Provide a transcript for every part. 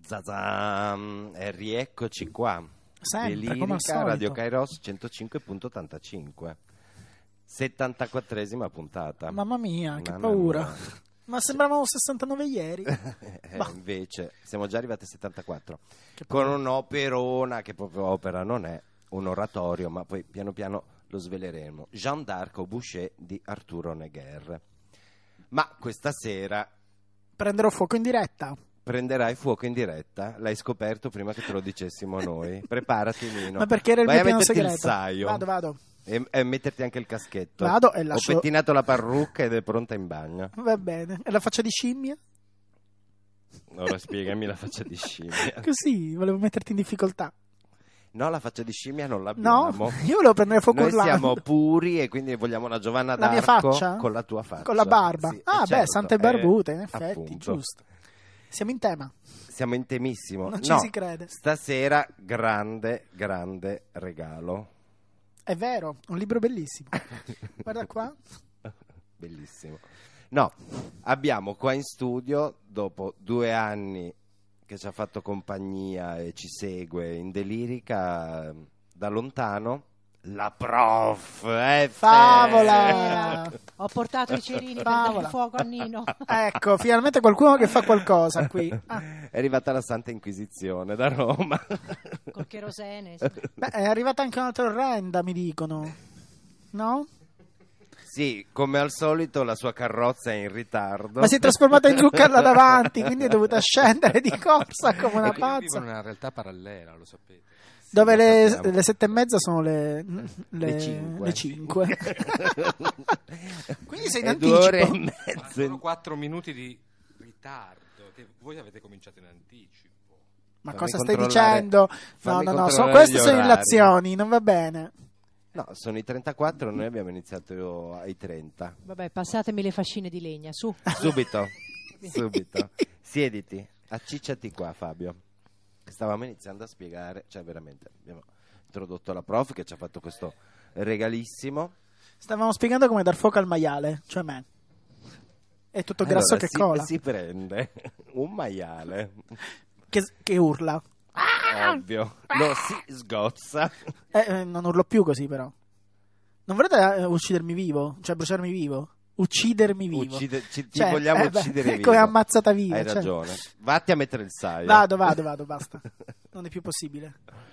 Zazam! E rieccoci qua. Sempre, come al Lirica, solito. Radio Kairos 105.85. 74esima puntata. Mamma mia, che Mamma paura. mia. Ma sembravamo 69 ieri. Bah. Invece siamo già arrivati a 74. Che Con paura. un'operona che proprio opera non è, un oratorio, ma poi piano piano lo sveleremo. Jeanne d'Arc au Boucher di Arturo Neguer. Ma questa sera Prenderò fuoco in diretta. prenderai fuoco in diretta. L'hai scoperto prima che te lo dicessimo noi. Preparati, Nino. Ma perché era il Vai mio a piano metterti segreto. il saio Vado. e metterti anche il caschetto. Vado e Ho lascio. pettinato la parrucca ed è pronta in bagno. Va bene. E la faccia di scimmia? Ora spiegami la faccia di scimmia. Così, volevo metterti in difficoltà. No, la faccia di scimmia non No, l'abbiamo. io volevo prendere fuoco Noi urlando. siamo puri e quindi vogliamo la Giovanna La mia d'Arco faccia? con la tua faccia. Con la barba. Sì, Ah, beh, certo, sante barbute, in effetti, appunto. giusto. Siamo in tema. Siamo in temissimo. Non ci No, si crede. Stasera grande regalo. È vero, un libro bellissimo. Guarda qua. Bellissimo. No, abbiamo qua in studio, dopo 2 anni che ci ha fatto compagnia e ci segue in Delirica da lontano, la prof. Favola! Ho portato i cerini per Favola. dare fuoco a Nino. Ecco, finalmente qualcuno che fa qualcosa qui. Ah, È arrivata la Santa Inquisizione da Roma. Col cherosene. Sì. beh, è arrivata anche un'altra orrenda, mi dicono. No? Sì, come al solito la sua carrozza è in ritardo. Ma si è trasformata in zucca là davanti, quindi è dovuta scendere di corsa come una Io vivo in pazza. una realtà parallela, lo sapete. Dove lo le sappiamo. 7:30 sono le cinque. le 5. Quindi sei in E 2 ore e anticipo. mezzo. Sono 4 minuti di ritardo, che voi avete cominciato in anticipo. Ma Fammi cosa stai controllare- dicendo? No, fammi no, controllare queste gli sono orari. illazioni, non va bene. No, sono i 34, noi abbiamo iniziato ai 30. Vabbè, passatemi le fascine di legna, su. Subito. Siediti, accicciati qua, Fabio. Stavamo iniziando a spiegare, cioè veramente abbiamo introdotto la prof che ci ha fatto questo regalissimo. Stavamo spiegando come dar fuoco al maiale, cioè me. È tutto grasso Allora, che cola, si prende un maiale, che urla. ovvio, lo si sgozza. Non urlo più così, però. Non volete uccidermi vivo? Cioè bruciarmi vivo? Uccidermi vivo. Ti Cioè, vogliamo beh, uccidere è vivo. come ammazzata viva. Hai cioè. ragione. Vatti a mettere il saio. Vado, basta. Non è più possibile.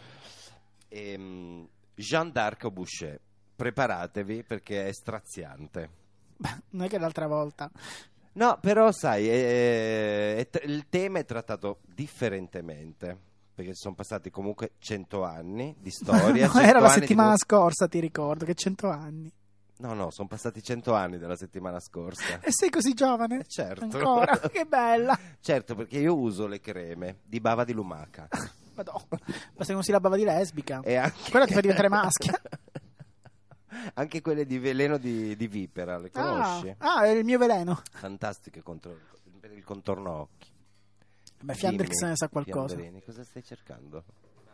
Jeanne d'Arc au Boucher. Preparatevi perché è straziante. Beh, non è che l'altra volta. No, però sai, il tema è trattato differentemente. Perché sono passati comunque 100 anni di storia. No, 100 era la anni di settimana scorsa, ti ricordo, che 100 anni. No, sono passati 100 anni dalla settimana scorsa. E sei così giovane? Certo. Ancora? Che bella. Certo, perché io uso le creme di bava di lumaca. Madonna. Ma se non si la bava di lesbica. E anche... Quella ti fa diventare maschia. Anche quelle di veleno di vipera, le conosci? Ah, è il mio veleno. Fantastiche per il contorno occhi. Beh, Fiandre che Dimmi, se ne sa qualcosa. Fiandrini, cosa stai cercando?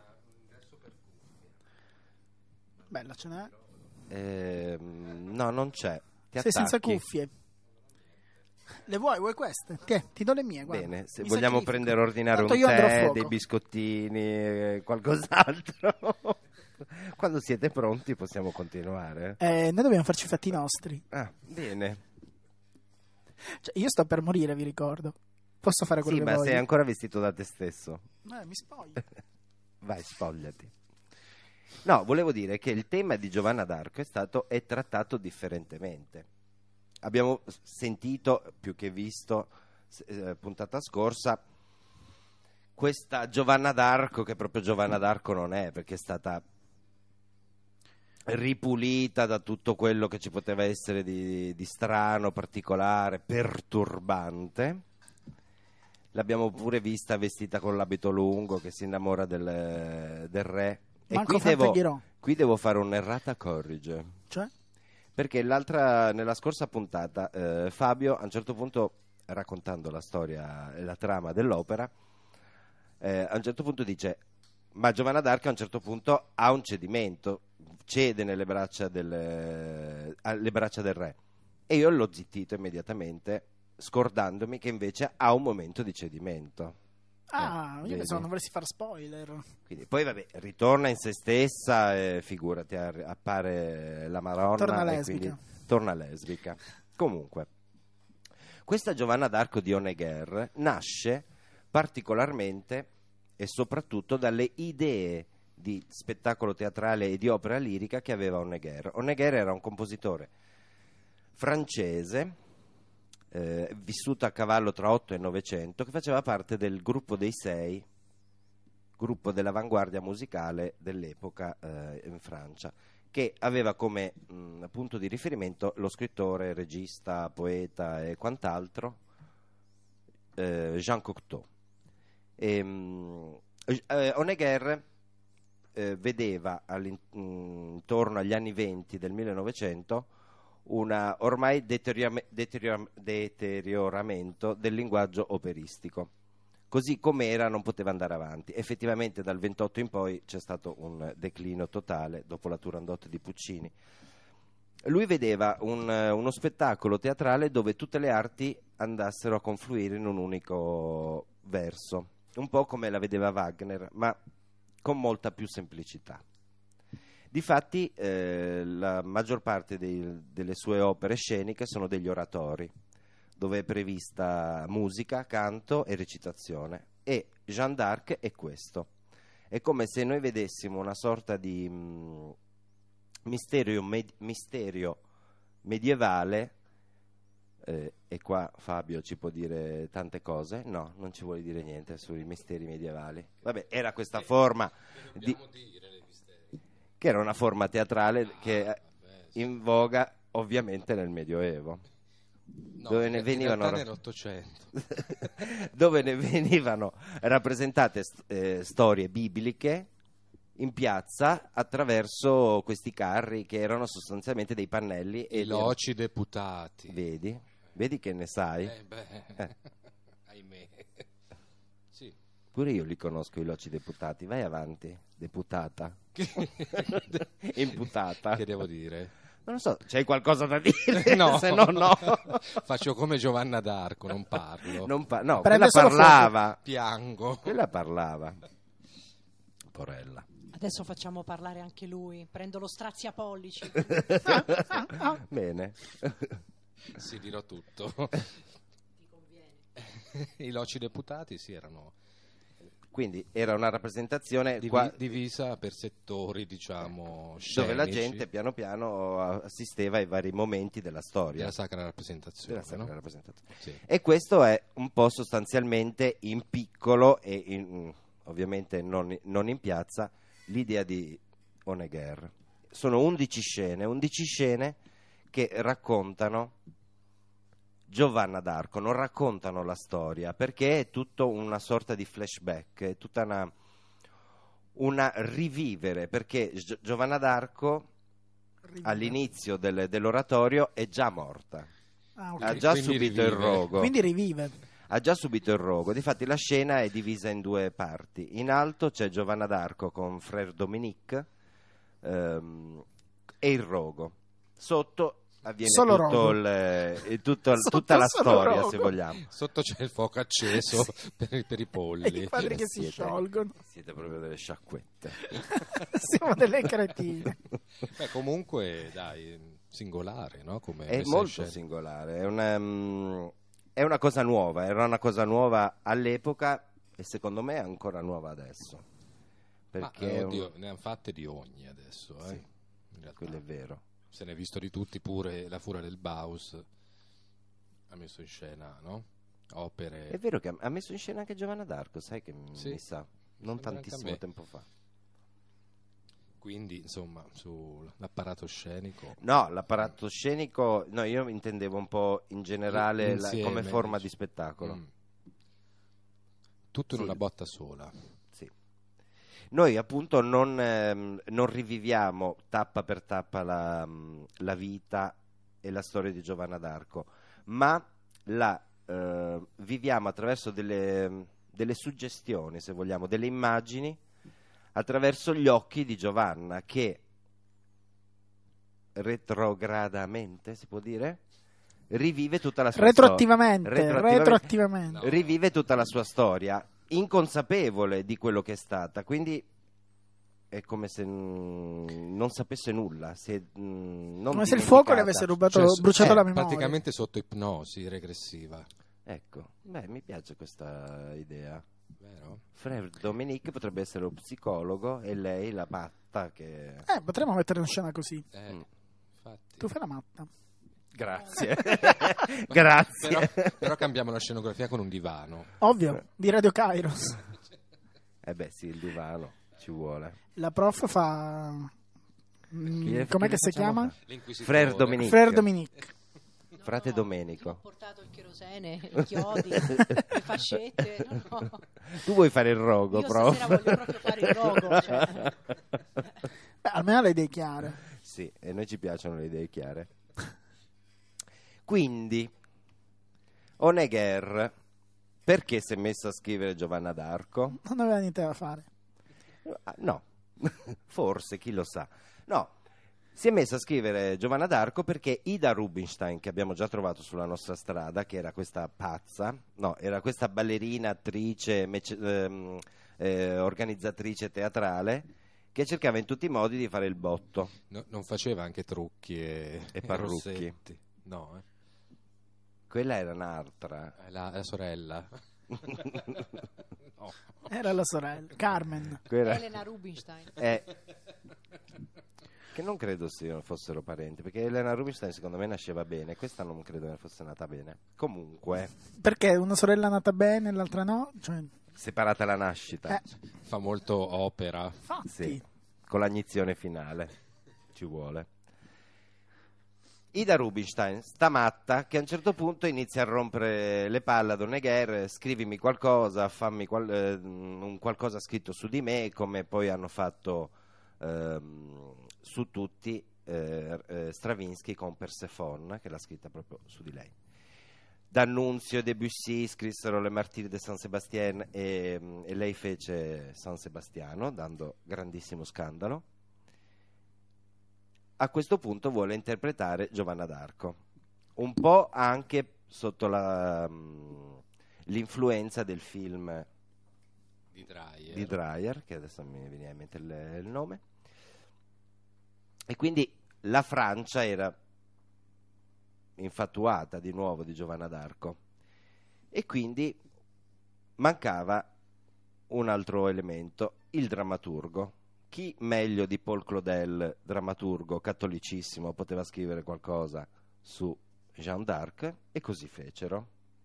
Bella, ce n'è. No, non c'è. Ti Sei senza attacchi. cuffie. Le vuoi queste? Ti do le mie, guarda. Bene, se Mi vogliamo sacrifico. prendere ordinare Tanto un io andrò a tè, fuoco. dei biscottini, qualcos'altro. Quando siete pronti possiamo continuare. Noi dobbiamo farci i fatti nostri. Ah, bene. Cioè, io sto per morire, vi ricordo. Posso fare quello Sì, che ma voglio? sei ancora vestito da te stesso. Mi spoglio. Vai, spogliati. No, volevo dire che il tema di Giovanna d'Arco è trattato differentemente. Abbiamo sentito, più che visto, puntata scorsa, questa Giovanna d'Arco, che proprio Giovanna d'Arco non è, perché è stata ripulita da tutto quello che ci poteva essere di strano, particolare, perturbante. L'abbiamo pure vista vestita con l'abito lungo che si innamora del re. Manco E Fantaghirò. qui devo fare un'errata corrige. Cioè? Perché nella scorsa puntata Fabio a un certo punto, raccontando la storia e la trama dell'opera, a un certo punto dice: ma Giovanna d'Arc a un certo punto ha un cedimento, cede alle braccia del re. E io l'ho zittito immediatamente, scordandomi che invece ha un momento di cedimento. io vedi? pensavo non volessi fare spoiler. Quindi, poi vabbè, ritorna in se stessa, figurati, appare la Maronna Torna e lesbica. quindi torna lesbica. Comunque, questa Giovanna d'Arco di Honegger nasce particolarmente e soprattutto dalle idee di spettacolo teatrale e di opera lirica che aveva Honegger. Honegger era un compositore francese, vissuto a cavallo tra 8 e 900, che faceva parte del gruppo dei Sei, gruppo dell'avanguardia musicale dell'epoca in Francia, che aveva come punto di riferimento lo scrittore, regista, poeta e quant'altro Jean Cocteau. Honegger vedeva intorno agli anni 20 del 1900 una ormai deterioramento del linguaggio operistico. Così com'era non poteva andare avanti. Effettivamente dal 28 in poi c'è stato un declino totale dopo la Turandot di Puccini. Lui vedeva uno spettacolo teatrale dove tutte le arti andassero a confluire in un unico verso, un po' come la vedeva Wagner, ma con molta più semplicità. Difatti la maggior parte delle sue opere sceniche sono degli oratori, dove è prevista musica, canto e recitazione, e Jeanne d'Arc è questo. È come se noi vedessimo una sorta di misterio medievale, e qua Fabio ci può dire tante cose. No, non ci vuole dire niente sui misteri medievali. Vabbè, era questa forma che era una forma teatrale che in voga ovviamente nel Medioevo. No, Dove ne in venivano realtà nell'800. dove ne venivano rappresentate storie bibliche in piazza attraverso questi carri che erano sostanzialmente dei pannelli I loci deputati. vedi che ne sai? Ahimè. Sì. Pure io li conosco i loci deputati. Vai avanti, deputata. Imputata. Che devo dire? Non lo so, c'hai qualcosa da dire? No. Se no, no. Faccio come Giovanna d'Arco, non parlo. No, Prende quella solo parlava. Piango. Quella parlava. Porella. Adesso facciamo parlare anche lui. Prendo lo straziapollici. Bene. Sì, dirò tutto. Ti conviene. I loci deputati sì, erano Quindi era una rappresentazione divisa per settori, diciamo, dove la scenici gente piano piano assisteva ai vari momenti della storia. della sacra rappresentazione. Della sacra no? rappresentazione. Sì. E questo è un po' sostanzialmente in piccolo e ovviamente non in piazza l'idea di Honegger. Sono 11 scene che raccontano Giovanna d'Arco, non raccontano la storia, perché è tutto una sorta di flashback, è tutta una rivivere, perché Giovanna d'Arco all'inizio dell'oratorio è già morta, Ok. ha già Quindi subito il rivive. rogo. Quindi rivive. Ha già subito il rogo, difatti la scena è divisa in due parti. In alto c'è Giovanna d'Arco con Frère Dominique e il rogo. Sotto avviene Solo tutto rogo. tutta la solo storia, rogo. se vogliamo. Sotto c'è il fuoco acceso per i E i polli. quadri che si Siete- sciolgono. Siete proprio delle sciacquette. Siamo delle cretine. Beh, comunque, dai, singolare, no? Come È messa in molto scena. singolare, è una cosa nuova, era una cosa nuova all'epoca e secondo me è ancora nuova adesso. Ma, Perché è oddio, ne hanno fatte di ogni adesso, Sì, in realtà. quello è vero. Se ne è visto di tutti, pure La Furia del Baus ha messo in scena, no? Opere. È vero che ha messo in scena anche Giovanna d'Arco, sai che Sì. mi sa, non Sembra anche a tantissimo me. tempo fa. Quindi, insomma, sull'apparato scenico. No, l'apparato scenico, no, io intendevo un po' in generale Insieme, come forma dici. di spettacolo. Mm. Tutto in Sì. una botta sola. Sì. Noi appunto non riviviamo tappa per tappa la vita e la storia di Giovanna d'Arco, ma la viviamo attraverso delle suggestioni, se vogliamo, delle immagini, attraverso gli occhi di Giovanna, che retrogradamente, si può dire, rivive tutta la sua Retroattivamente. storia. Retroattivamente. No. Rivive tutta la sua storia inconsapevole di quello che è stata, quindi è come se non sapesse nulla, non Come se il fuoco le dimenticata. avesse bruciato la memoria. Praticamente sotto ipnosi regressiva, Ecco, beh, mi piace questa idea. vero? Frère Dominique potrebbe essere lo psicologo e lei la matta che... Potremmo mettere in scena così. Infatti. Tu fai la matta. Grazie. Grazie. Però cambiamo la scenografia con un divano. Ovvio, di Radio Kairos. Beh sì, il divano ci vuole. La prof fa... com'è che si chiama? L'inquisitore. Frère Dominique. Frère Dominique. Frate Ho Domenico. portato il cherosene, i chiodi, le fascette. No. Tu vuoi fare il rogo, Io prof? stasera voglio proprio fare il rogo. Cioè. Beh, almeno le idee chiare. Sì, e a noi ci piacciono le idee chiare. Quindi, Honegger, perché si è messo a scrivere Giovanna d'Arco? Non aveva niente da fare. No, forse, chi lo sa. No, si è messo a scrivere Giovanna d'Arco perché Ida Rubinstein, che abbiamo già trovato sulla nostra strada, che era questa pazza, no, era questa ballerina, attrice, organizzatrice teatrale, che cercava in tutti i modi di fare il botto. No, non faceva anche trucchi e parrucchi. rossetti. No, Quella era un'altra. la sorella. No. Era la sorella, Carmen. Quella... Elena Rubinstein. Che non credo fossero parenti, perché Elena Rubinstein secondo me nasceva bene, questa non credo ne fosse nata bene. Comunque, Perché una sorella è nata bene e l'altra no? Cioè, separata la nascita, Fa molto opera. infatti. sì, con l'agnizione finale, ci vuole. Ida Rubinstein, sta matta, che a un certo punto inizia a rompere le palle ad Honegger, scrivimi qualcosa, fammi un qualcosa scritto su di me, come poi hanno fatto su tutti Stravinsky con Persephone, che l'ha scritta proprio su di lei. D'Annunzio e Debussy scrissero le Martyrs de Saint-Sébastien e lei fece San Sebastiano, dando grandissimo scandalo. A questo punto vuole interpretare Giovanna d'Arco, un po' anche sotto l'influenza del film Di Dreyer. di Dreyer, che adesso mi viene in mente il nome. E quindi la Francia era infatuata di nuovo di Giovanna d'Arco e quindi mancava un altro elemento, il drammaturgo. Chi meglio di Paul Claudel, drammaturgo cattolicissimo, poteva scrivere qualcosa su Jeanne d'Arc, e così fecero.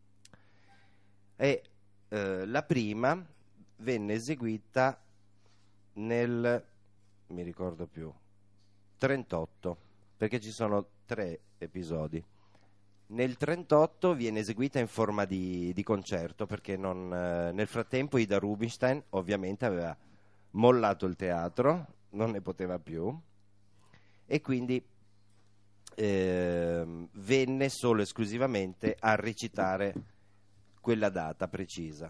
E la prima venne eseguita nel, mi ricordo più, 38, perché ci sono 3 episodi. Nel 38 viene eseguita in forma di concerto, perché nel frattempo Ida Rubinstein ovviamente aveva mollato il teatro, non ne poteva più, e quindi venne solo esclusivamente a recitare quella data precisa.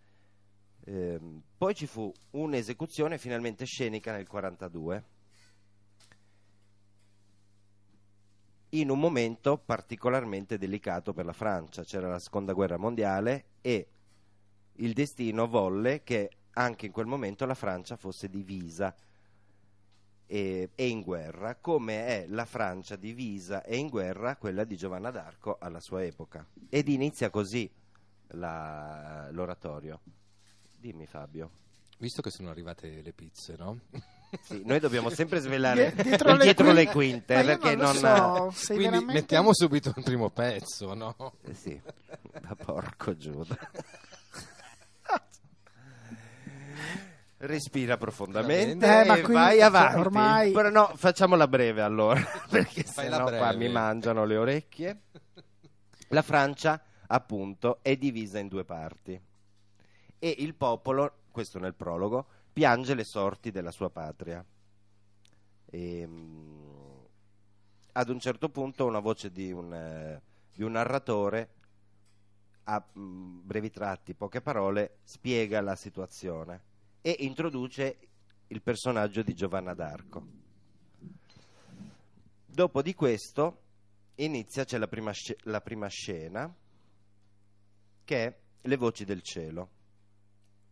Poi ci fu un'esecuzione finalmente scenica nel 42, in un momento particolarmente delicato per la Francia. C'era la seconda guerra mondiale e il destino volle che anche in quel momento la Francia fosse divisa e in guerra, come è la Francia divisa e in guerra quella di Giovanna d'Arco alla sua epoca. Ed inizia così l'oratorio. Dimmi, Fabio. Visto che sono arrivate le pizze, no? Sì, noi dobbiamo sempre svelare Dietro le Ma quinte, io perché non lo so, sei Quindi veramente... mettiamo subito il primo pezzo, no? Sì, da porco Giuda. Respira profondamente ma e qui vai avanti. ormai- Però no, facciamola breve allora, perché Fai sennò la breve. qua mi mangiano le orecchie. La Francia, appunto, è divisa in 2 parti e il popolo, questo nel prologo, piange le sorti della sua patria. Ad un certo punto una voce di un narratore, a brevi tratti, poche parole, spiega la situazione e introduce il personaggio di Giovanna d'Arco. Dopo di questo c'è la prima scena, che è Le voci del cielo.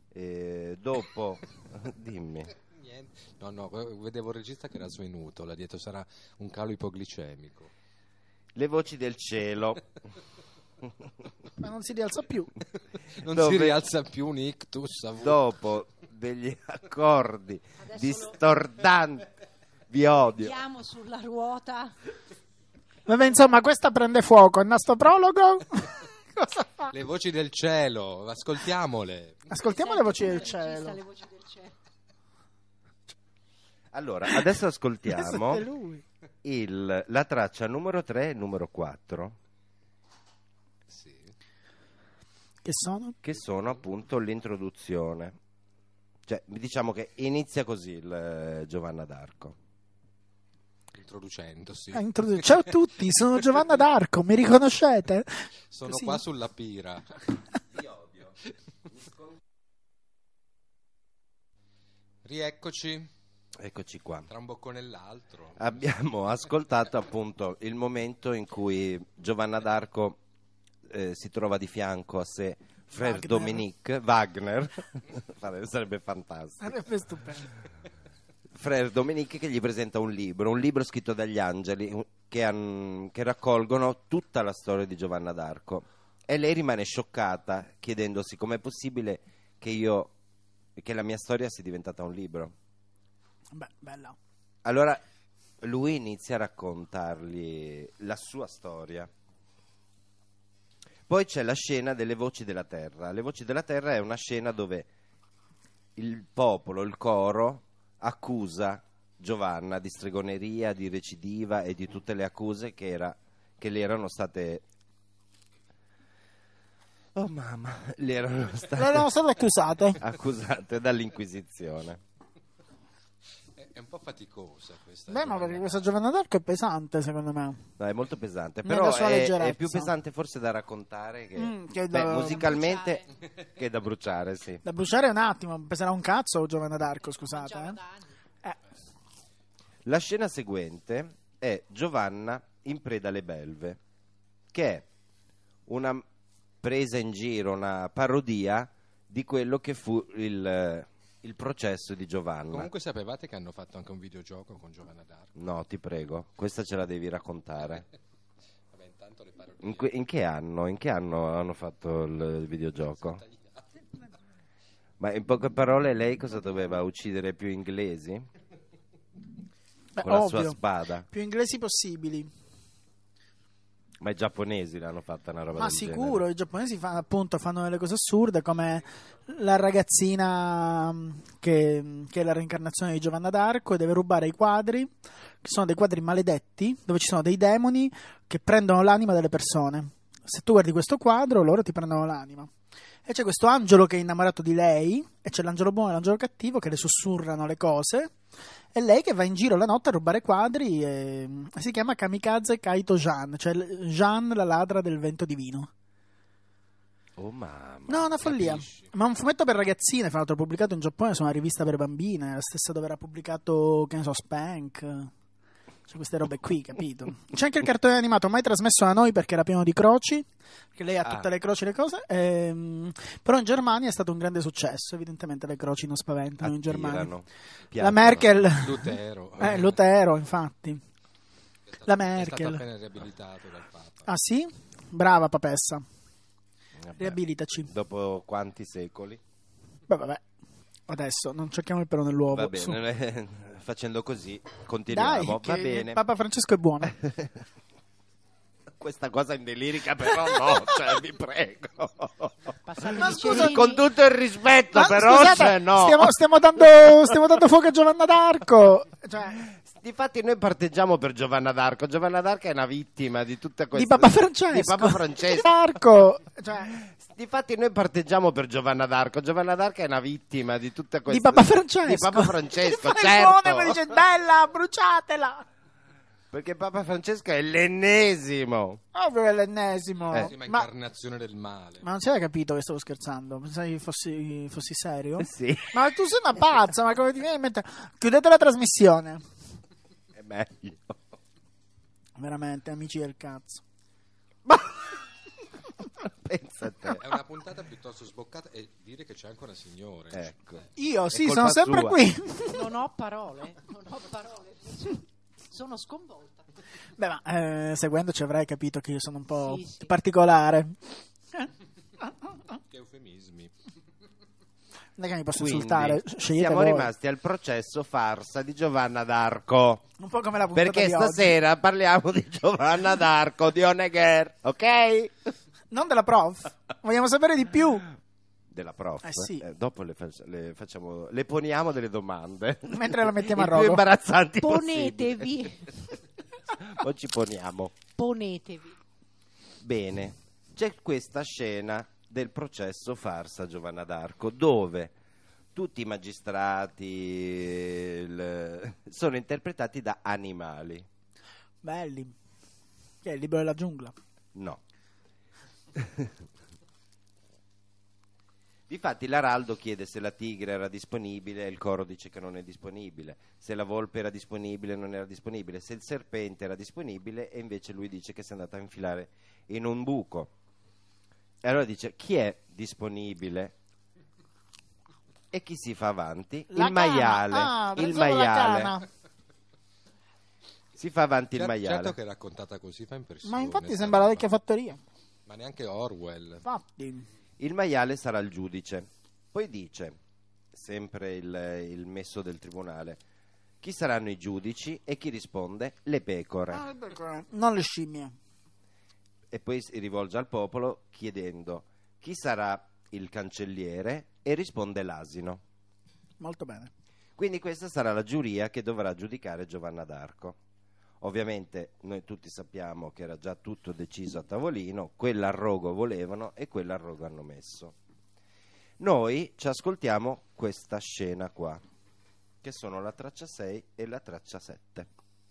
Dopo, dimmi. Niente. No, vedevo il regista che era svenuto, là dietro sarà un calo ipoglicemico. Le voci del cielo. Ma non si rialza più. Non Dove- si rialza più un ictus avuto. Dopo degli accordi Adesso distordanti, vi odio. Andiamo sulla ruota. Vabbè, insomma, questa prende fuoco. Il nostro prologo. Cosa fa? Le voci del cielo, ascoltiamole. Ascoltiamo le Senti voci come del regista cielo. le voci del cielo. Allora, adesso ascoltiamo Questo è lui. la traccia numero 3 e numero 4, Sì. Che sono? che sono appunto l'introduzione. Cioè, diciamo che inizia così il Giovanna d'Arco. Introducendosi. Ciao a tutti, sono Giovanna d'Arco, mi riconoscete? Sono Così. qua sulla pira. Ti odio. Rieccoci, Eccoci qua. tra un boccone e l'altro. Abbiamo ascoltato appunto il momento in cui Giovanna d'Arco si trova di fianco a sé Frère Wagner. Dominique Wagner. Sarebbe fantastico. Sarebbe stupendo. Frère Dominique che gli presenta un libro scritto dagli angeli che raccolgono tutta la storia di Giovanna d'Arco, e lei rimane scioccata chiedendosi com'è possibile che la mia storia sia diventata un libro. Beh, bella. Allora lui inizia a raccontargli la sua storia. Poi c'è la scena delle voci della terra. Le voci della terra è una scena dove il popolo, il coro, accusa Giovanna di stregoneria, di recidiva e di tutte le accuse che le erano state... Oh mamma, le erano Erano state state accusate. accusate dall'Inquisizione. È un po' faticosa questa. Beh, ma perché questa Giovanna d'Arco è pesante, secondo me. No, è molto pesante, Nella però sua è leggerezza. più pesante forse da raccontare che beh, da- musicalmente che da bruciare, sì. Da bruciare un attimo, peserà un cazzo Giovanna d'Arco, scusate. Mangiava da anni. La scena seguente è Giovanna in preda alle belve, che è una presa in giro, una parodia di quello che fu il processo di Giovanna. Comunque sapevate che hanno fatto anche un videogioco con Giovanna d'Arco? No, ti prego, questa ce la devi raccontare. Vabbè, intanto le parodie. In che anno? In che anno hanno fatto il videogioco? Ma in poche parole lei cosa doveva uccidere più inglesi? Beh, Con la sua ovvio. spada? Più inglesi possibili. Ma i giapponesi l'hanno fatta una roba Ma del sicuro, genere. i giapponesi fanno delle cose assurde, come la ragazzina che è la reincarnazione di Giovanna d'Arco e deve rubare i quadri, che sono dei quadri maledetti, dove ci sono dei demoni che prendono l'anima delle persone. Se tu guardi questo quadro, loro ti prendono l'anima. E c'è questo angelo che è innamorato di lei, e c'è l'angelo buono e l'angelo cattivo che le sussurrano le cose, e lei che va in giro la notte a rubare quadri, e si chiama Kamikaze Kaito Jean, cioè Jean, la ladra del vento divino. Oh mamma. No, una follia. Capisci? Ma un fumetto per ragazzine, fra l'altro pubblicato in Giappone su una rivista per bambine, la stessa dove era pubblicato, che ne so, Spank. Cioè queste robe qui, capito? C'è anche il cartone animato, mai trasmesso da noi perché era pieno di croci, che lei ha tutte le croci e le cose, però in Germania è stato un grande successo, evidentemente le croci non spaventano in Germania. Attirano, La piacciono. Merkel, Lutero. Lutero infatti. La È stato Merkel. appena riabilitato dal Papa. Ah sì? Brava papessa, Vabbè, riabilitaci. dopo quanti secoli? Beh, vabbè, adesso non cerchiamo il pelo nell'uovo. Va su. bene, facendo così Dai, continuiamo. che Va bene. Papa Francesco è buono. Questa cosa indelirica però no, cioè vi prego. Passate Ma i scusa, Cerini. Con tutto il rispetto Ma però, scusate, cioè, no. stiamo dando fuoco a Giovanna d'Arco. Cioè, Difatti noi parteggiamo per Giovanna d'Arco. Giovanna d'Arco è una vittima di tutte queste... di Papa Francesco. Di Papa Francesco. D'Arco. Cioè, Difatti noi parteggiamo per Giovanna d'Arco. Giovanna d'Arco è una vittima di tutte queste... di Papa Francesco. Di Papa Francesco, Mi fa il certo. buono e mi dice bella, bruciatela. Perché Papa Francesco è l'ennesimo. Ovvio è l'ennesimo. L'ennesima Ma incarnazione del male. non si era capito che stavo scherzando? Pensavi fossi serio? Sì, Ma tu sei una pazza, ma come ti viene in mente? Chiudete la trasmissione. è meglio. Veramente, amici del cazzo. Pensa a te. è una puntata piuttosto sboccata e dire che c'è anche una signora. Ecco. Io sì, colpa sono sempre sua. qui. Non ho parole. Sono sconvolta. Beh, ma seguendoci avrai capito che io sono un po' Sì, sì. particolare. Che eufemismi. Non è che mi posso Quindi insultare, scegliete siamo voi. rimasti al processo farsa di Giovanna d'Arco. Un po' come la puntata Perché di oggi. stasera parliamo di Giovanna d'Arco, di Honegger, ok? Non della prof. Vogliamo sapere di più. Della prof. Sì. Dopo le poniamo delle domande. Mentre la mettiamo a Il più rogo. imbarazzanti Ponetevi. possibili. Poi ci poniamo. Ponetevi. Bene, c'è questa scena del processo farsa Giovanna d'Arco dove tutti i magistrati sono interpretati da animali. Belli. Che è il libro della giungla. No. Difatti l'araldo chiede se la tigre era disponibile e il coro dice che non è disponibile, se la volpe era disponibile non era disponibile, se il serpente era disponibile e invece lui dice che si è andato a infilare in un buco. E allora dice chi è disponibile? E chi si fa avanti? La il maiale. cana. Il pensavo la maiale. cana. Si fa avanti il Certo, maiale. certo che raccontata così fa impressione. Ma infatti sta sembra la roba. vecchia fattoria. Ma neanche Orwell. Infatti. Il maiale sarà il giudice. Poi dice, sempre il messo del tribunale, chi saranno i giudici e chi risponde? Le pecore. Non le scimmie. E poi si rivolge al popolo chiedendo chi sarà il cancelliere e risponde l'asino. Molto bene. Quindi questa sarà la giuria che dovrà giudicare Giovanna d'Arco. Ovviamente noi tutti sappiamo che era già tutto deciso a tavolino, quell'arrogo volevano e quell'arrogo hanno messo. Noi ci ascoltiamo questa scena qua, che sono la traccia 6 e la traccia 7.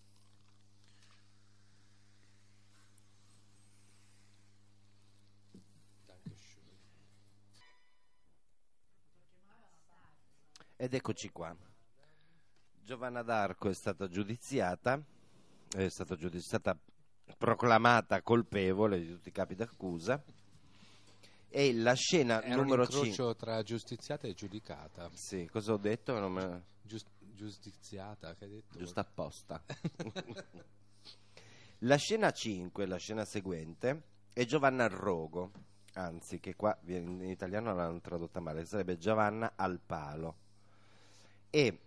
Ed eccoci qua. Giovanna d'Arco è stata giudiziata, è stata proclamata colpevole di tutti i capi d'accusa e la scena Era numero un incrocio 5. tra giustiziata e giudicata. Sì, cosa ho detto? Non me- Giustiziata, che hai detto? Giusto apposta. La scena 5, la scena seguente, è Giovanna al rogo, anzi che qua in italiano l'hanno tradotta male, sarebbe Giovanna al palo. E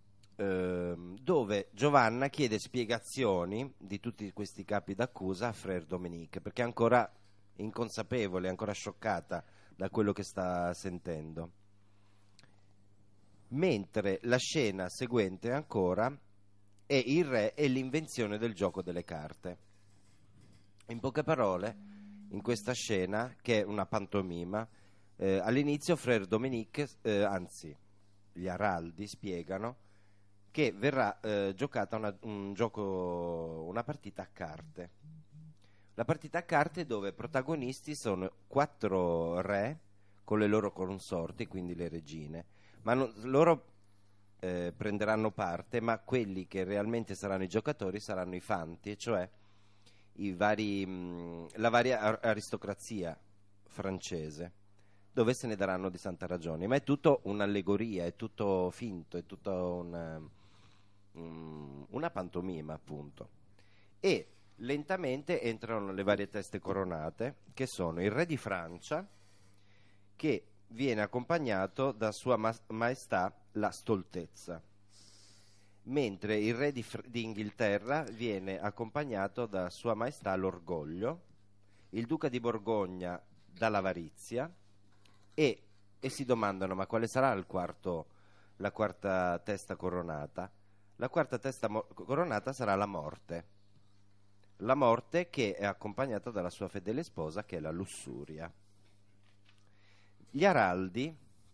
dove Giovanna chiede spiegazioni di tutti questi capi d'accusa a Frère Dominique, perché è ancora inconsapevole, è ancora scioccata da quello che sta sentendo. Mentre la scena seguente ancora è il re e l'invenzione del gioco delle carte. In poche parole, in questa scena, che è una pantomima, all'inizio Frère Dominique, anzi gli araldi spiegano che verrà giocata una partita a carte. La partita a carte dove protagonisti sono 4 re con le loro consorti, quindi le regine, ma loro prenderanno parte, ma quelli che realmente saranno i giocatori saranno i fanti, cioè la varia aristocrazia francese, dove se ne daranno di santa ragione, ma è tutto un'allegoria, è tutto finto, è tutto una pantomima, appunto. E lentamente entrano le varie teste coronate, che sono il re di Francia, che viene accompagnato da sua maestà la stoltezza, mentre il re di Inghilterra viene accompagnato da sua maestà l'orgoglio, il duca di Borgogna dall'avarizia, e si domandano ma quale sarà la quarta testa coronata? La quarta testa coronata sarà la morte che è accompagnata dalla sua fedele sposa che è la lussuria. Gli araldi,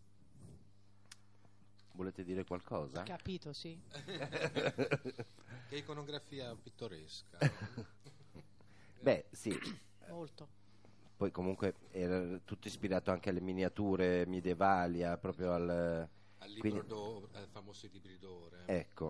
volete dire qualcosa? Capito, sì. Che iconografia pittoresca. Beh, sì. Molto. Poi comunque era tutto ispirato anche alle miniature medievali, proprio Al quindi- libro al famoso libri d'ore. ecco.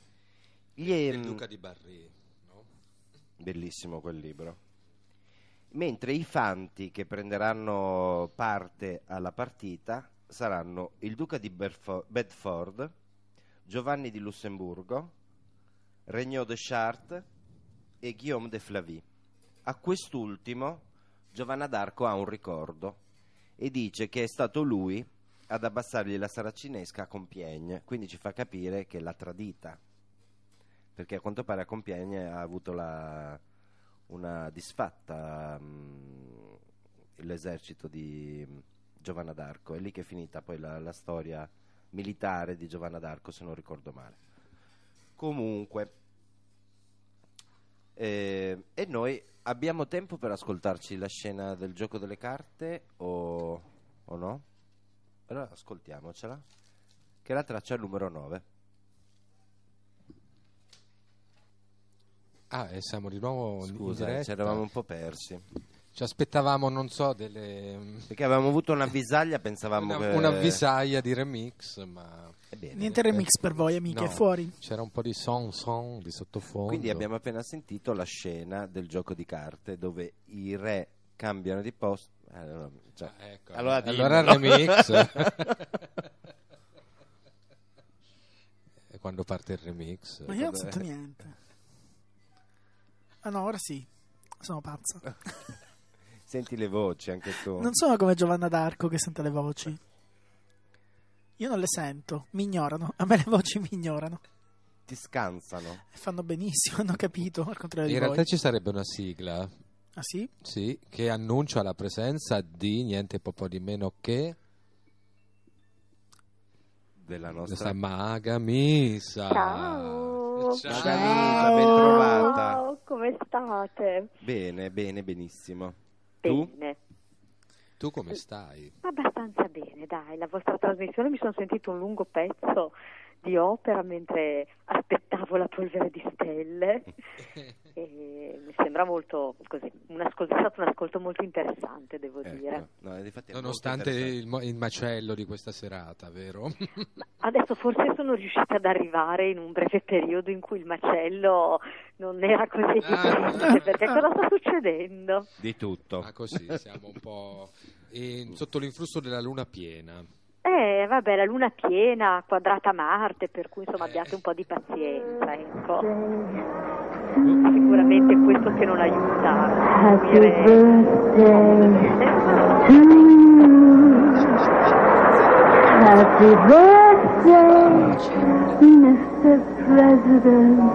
Il Duca di Barry, no? Bellissimo quel libro. mentre i fanti che prenderanno parte alla partita saranno il duca di Bedford, Giovanni di Lussemburgo, Regnault de Chartres e Guillaume de Flavy. A quest'ultimo Giovanna d'Arco ha un ricordo e dice che è stato lui ad abbassargli la saracinesca a Compiègne, quindi ci fa capire che l'ha tradita, perché a quanto pare a Compiègne ha avuto una disfatta l'esercito di Giovanna d'Arco. È lì che è finita poi la storia militare di Giovanna d'Arco, se non ricordo male. Comunque, e noi abbiamo tempo per ascoltarci la scena del gioco delle carte o no? Allora ascoltiamocela, che è la traccia numero 9. E siamo di nuovo in Scusa, diretta. ci eravamo un po' persi. Ci aspettavamo, non so, delle... Perché avevamo avuto un'avvisaglia, pensavamo una avvisaglia di remix, ma... Bene, Niente remix per voi, amiche, no, è fuori. C'era un po' di son di sottofondo. Quindi abbiamo appena sentito la scena del gioco di carte dove i re cambiano di posto. Ecco. Allora il remix. E quando parte il remix? Ma io non sento niente. Ah no, ora sì, sono pazza. Senti le voci anche tu. Non sono come Giovanna d'Arco che sente le voci. Io non le sento, mi ignorano. A me le voci mi ignorano. Ti scansano. E fanno benissimo, hanno capito, al contrario di In voi. realtà ci sarebbe una sigla, Ah sì? sì, che annuncia la presenza di niente po' di meno che Della questa nostra maga Misa. Ciao. Ciao, ben trovata. Ciao, come state? Bene, benissimo. Bene. Tu come stai? Abbastanza bene, dai. La vostra trasmissione, mi sono sentito un lungo pezzo di opera mentre aspettavo la polvere di stelle e mi sembra molto così, è stato un ascolto molto interessante, devo dire. No, difatti è Nonostante molto interessante. il macello di questa serata, vero? Ma adesso forse sono riuscita ad arrivare in un breve periodo in cui il macello non era così evidente, perché cosa sta succedendo? Di tutto. Ma così siamo un po' sotto l'influsso della luna piena. Vabbè, la luna piena, quadrata Marte, per cui insomma abbiate un po' di pazienza, ecco. Sicuramente questo che non aiuta a Happy birthday, Mr. President.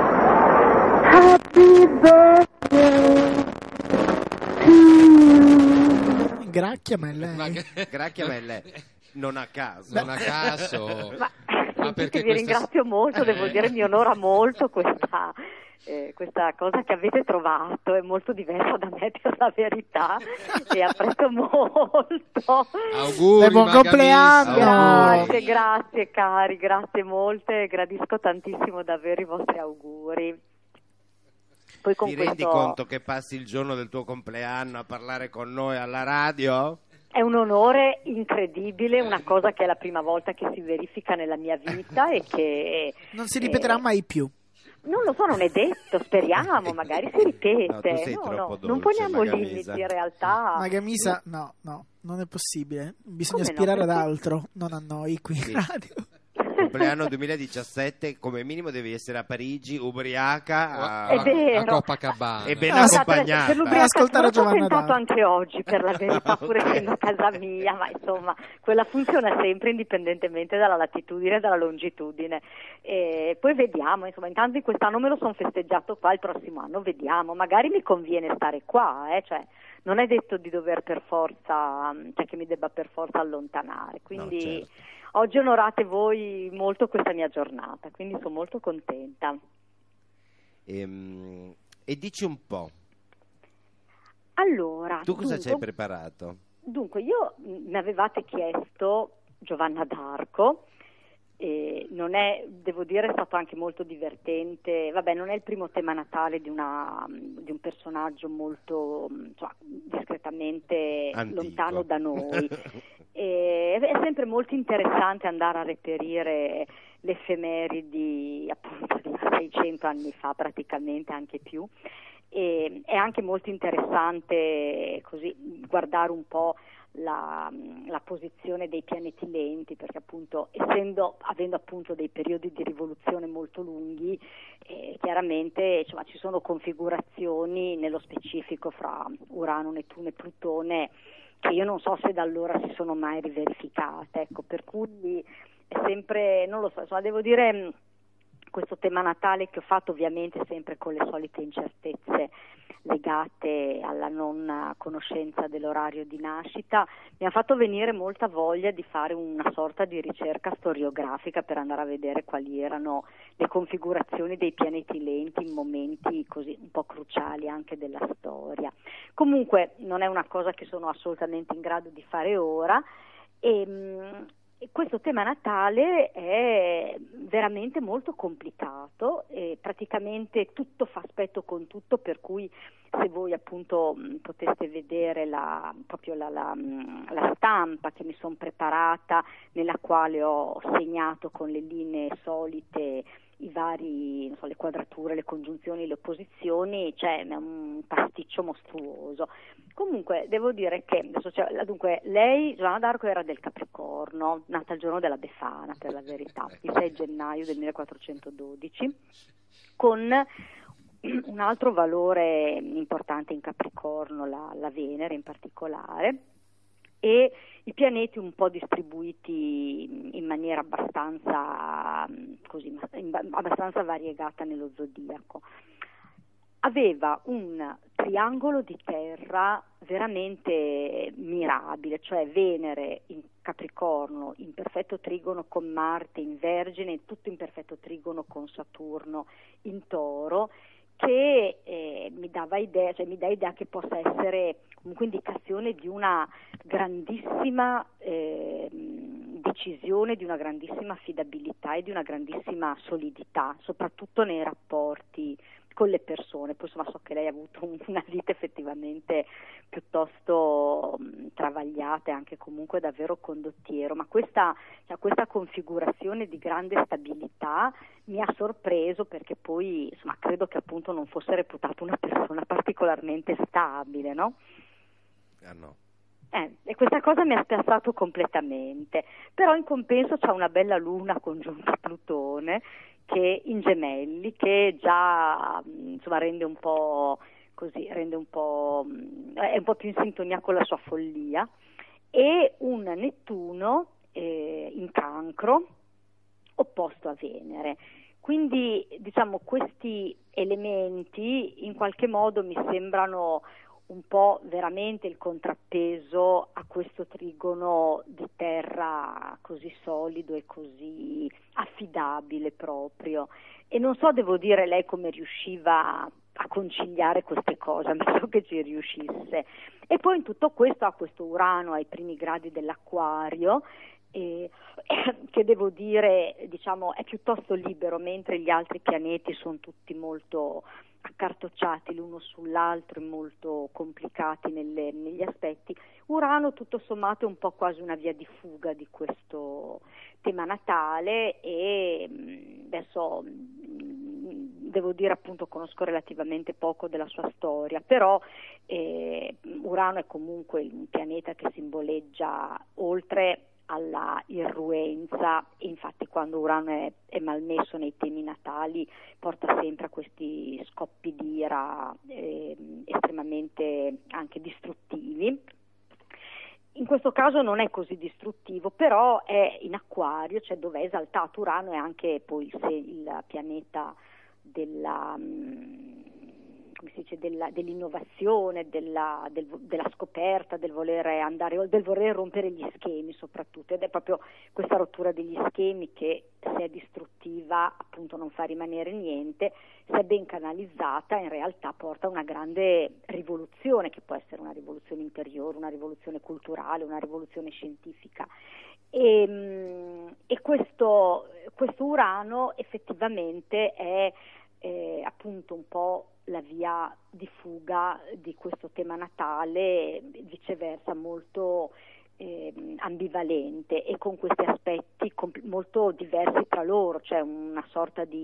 Happy birthday to you. Gracchiamelle. Gracchiamelle. Non a caso. Non a caso. Ma perché vi ringrazio molto, devo dire, mi onora molto questa cosa che avete trovato, è molto diversa da me per la verità e apprezzo molto. Auguri, Buon Maga compleanno! Misa. Grazie cari, grazie molte, gradisco tantissimo davvero i vostri auguri. Poi con Ti rendi questo... conto che passi il giorno del tuo compleanno a parlare con noi alla radio? È un onore incredibile, una cosa che è la prima volta che si verifica nella mia vita e che... Non si ripeterà mai più. Non lo so, non è detto, speriamo, magari si ripete. No, tu sei troppo non dolce, poniamo Maga limiti Misa. in realtà. Magamisa, no, non è possibile. Bisogna Come no? aspirare ad Perché? altro, non a noi qui in Sì. radio. Compleanno 2017, come minimo devi essere a Parigi, ubriaca È vero. A Copacabana. e ben Scusate, accompagnata. Per l'ubriaca Ascoltare l'ho Giovanna tentato D'Arco. anche oggi, per la verità, pur essendo a casa mia, ma insomma, quella funziona sempre indipendentemente dalla latitudine e dalla longitudine. E poi vediamo, insomma, intanto di quest'anno me lo sono festeggiato qua, il prossimo anno vediamo, magari mi conviene stare qua, cioè non è detto di dover per forza, cioè che mi debba per forza allontanare, quindi No, certo. oggi onorate voi molto questa mia giornata, quindi sono molto contenta. E dici un po', Allora, tu cosa ci hai dunque, preparato? Dunque, mi avevate chiesto Giovanna d'Arco, e non è, devo dire, è stato anche molto divertente. Vabbè, non è il primo tema natale di un personaggio molto, insomma, discretamente Antico. lontano da noi. E è sempre molto interessante andare a reperire le effemeridi appunto di 600 anni fa, praticamente anche più. e è anche molto interessante così guardare un po' la posizione dei pianeti lenti, perché appunto avendo appunto dei periodi di rivoluzione molto lunghi, chiaramente insomma, ci sono configurazioni nello specifico fra Urano, Nettuno e Plutone che io non so se da allora si sono mai riverificate, ecco, per cui è sempre, non lo so, insomma, devo dire, questo tema natale che ho fatto ovviamente sempre con le solite incertezze legate alla non conoscenza dell'orario di nascita, mi ha fatto venire molta voglia di fare una sorta di ricerca storiografica per andare a vedere quali erano le configurazioni dei pianeti lenti in momenti così un po' cruciali anche della storia. Comunque non è una cosa che sono assolutamente in grado di fare ora e questo tema natale è veramente molto complicato e praticamente tutto fa aspetto con tutto, per cui se voi appunto poteste vedere proprio la stampa che mi sono preparata, nella quale ho segnato con le linee solite i vari, non so, le quadrature, le congiunzioni, le opposizioni, c'è un pasticcio mostruoso. Comunque devo dire che dunque lei, Giovanna d'Arco, era del Capricorno, nata il giorno della Befana, per la verità, il 6 gennaio del 1412, con un altro valore importante in Capricorno, la Venere in particolare, e i pianeti un po' distribuiti in maniera abbastanza variegata nello zodiaco. Aveva un triangolo di terra veramente mirabile, cioè Venere in Capricorno in perfetto trigono con Marte in Vergine, tutto in perfetto trigono con Saturno in Toro, che mi dà idea che possa essere comunque indicazione di una grandissima decisione, di una grandissima affidabilità e di una grandissima solidità, soprattutto nei rapporti con le persone. Poi insomma so che lei ha avuto una vita effettivamente piuttosto travagliata e anche comunque davvero condottiero, ma questa configurazione di grande stabilità mi ha sorpreso, perché poi insomma credo che appunto non fosse reputata una persona particolarmente stabile, no? No. E questa cosa mi ha spiazzato completamente, però in compenso c'ha una bella luna congiunta a Plutone che in Gemelli, che già insomma è un po' più in sintonia con la sua follia, e un Nettuno in Cancro opposto a Venere. Quindi diciamo questi elementi in qualche modo mi sembrano un po' veramente il contrappeso a questo trigono di terra così solido e così affidabile proprio. E non so, devo dire, lei come riusciva a conciliare queste cose, ammesso che ci riuscisse. E poi in tutto questo ha questo Urano ai primi gradi dell'Acquario, che devo dire, diciamo, è piuttosto libero, mentre gli altri pianeti sono tutti molto accartocciati l'uno sull'altro e molto complicati negli aspetti. Urano tutto sommato è un po' quasi una via di fuga di questo tema natale, e adesso devo dire appunto conosco relativamente poco della sua storia, però Urano è comunque un pianeta che simboleggia, oltre alla irruenza, e infatti quando Urano è malmesso nei temi natali porta sempre a questi scoppi di ira estremamente anche distruttivi. In questo caso non è così distruttivo, però è in Acquario, cioè dove è esaltato Urano, è anche poi il pianeta della dell'innovazione, della scoperta, del volere rompere gli schemi soprattutto, ed è proprio questa rottura degli schemi che, se è distruttiva, appunto non fa rimanere niente, se è ben canalizzata in realtà porta a una grande rivoluzione, che può essere una rivoluzione interiore, una rivoluzione culturale, una rivoluzione scientifica. E questo Urano effettivamente è appunto un po' la via di fuga di questo tema natale, viceversa molto ambivalente e con questi aspetti molto diversi tra loro, cioè una sorta di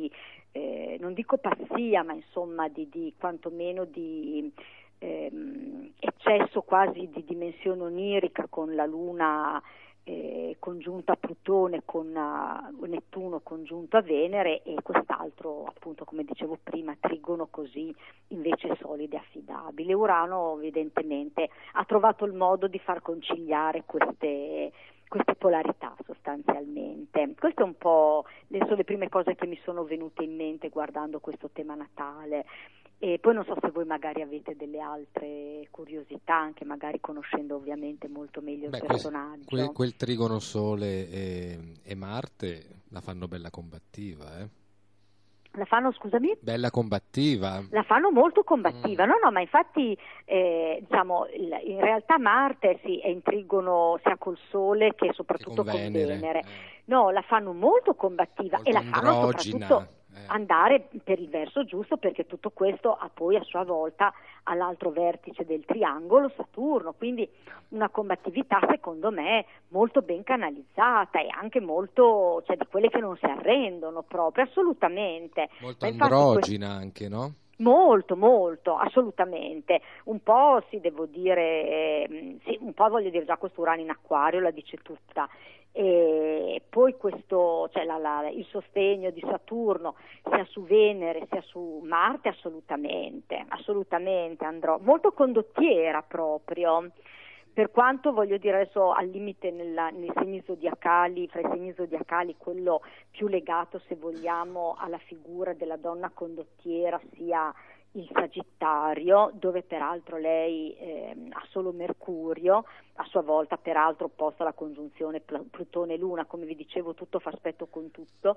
non dico pazzia, ma insomma di quantomeno di eccesso quasi di dimensione onirica, con la Luna congiunta a Plutone, con Nettuno congiunto a Venere, e quest'altro, appunto, come dicevo prima, trigono così invece solido e affidabile. Urano evidentemente ha trovato il modo di far conciliare queste polarità sostanzialmente. Queste un po' sono le prime cose che mi sono venute in mente guardando questo tema natale. E poi non so se voi magari avete delle altre curiosità, anche magari conoscendo ovviamente molto meglio il personaggio. Quel trigono Sole e Marte la fanno bella combattiva, La fanno, scusami? Bella combattiva. La fanno molto combattiva, no, ma infatti diciamo in realtà Marte è in trigono sia col Sole che soprattutto con Venere. No, la fanno molto combattiva, molto, e la fanno androgina, soprattutto andare per il verso giusto, perché tutto questo ha poi a sua volta all'altro vertice del triangolo Saturno, quindi una combattività secondo me molto ben canalizzata, e anche molto, cioè, di quelle che non si arrendono proprio, assolutamente. Molto androgina anche, no? Molto, molto, assolutamente. Un po' devo dire, sì, un po' voglio dire, già questo Urano in Acquario la dice tutta. E poi questo, cioè il sostegno di Saturno sia su Venere sia su Marte, assolutamente andrò molto condottiera proprio, per quanto voglio dire adesso al limite nei segni zodiacali, fra i segni zodiacali quello più legato, se vogliamo, alla figura della donna condottiera sia il Sagittario, dove peraltro lei ha solo Mercurio, a sua volta peraltro opposto alla congiunzione Plutone-Luna, come vi dicevo tutto fa aspetto con tutto,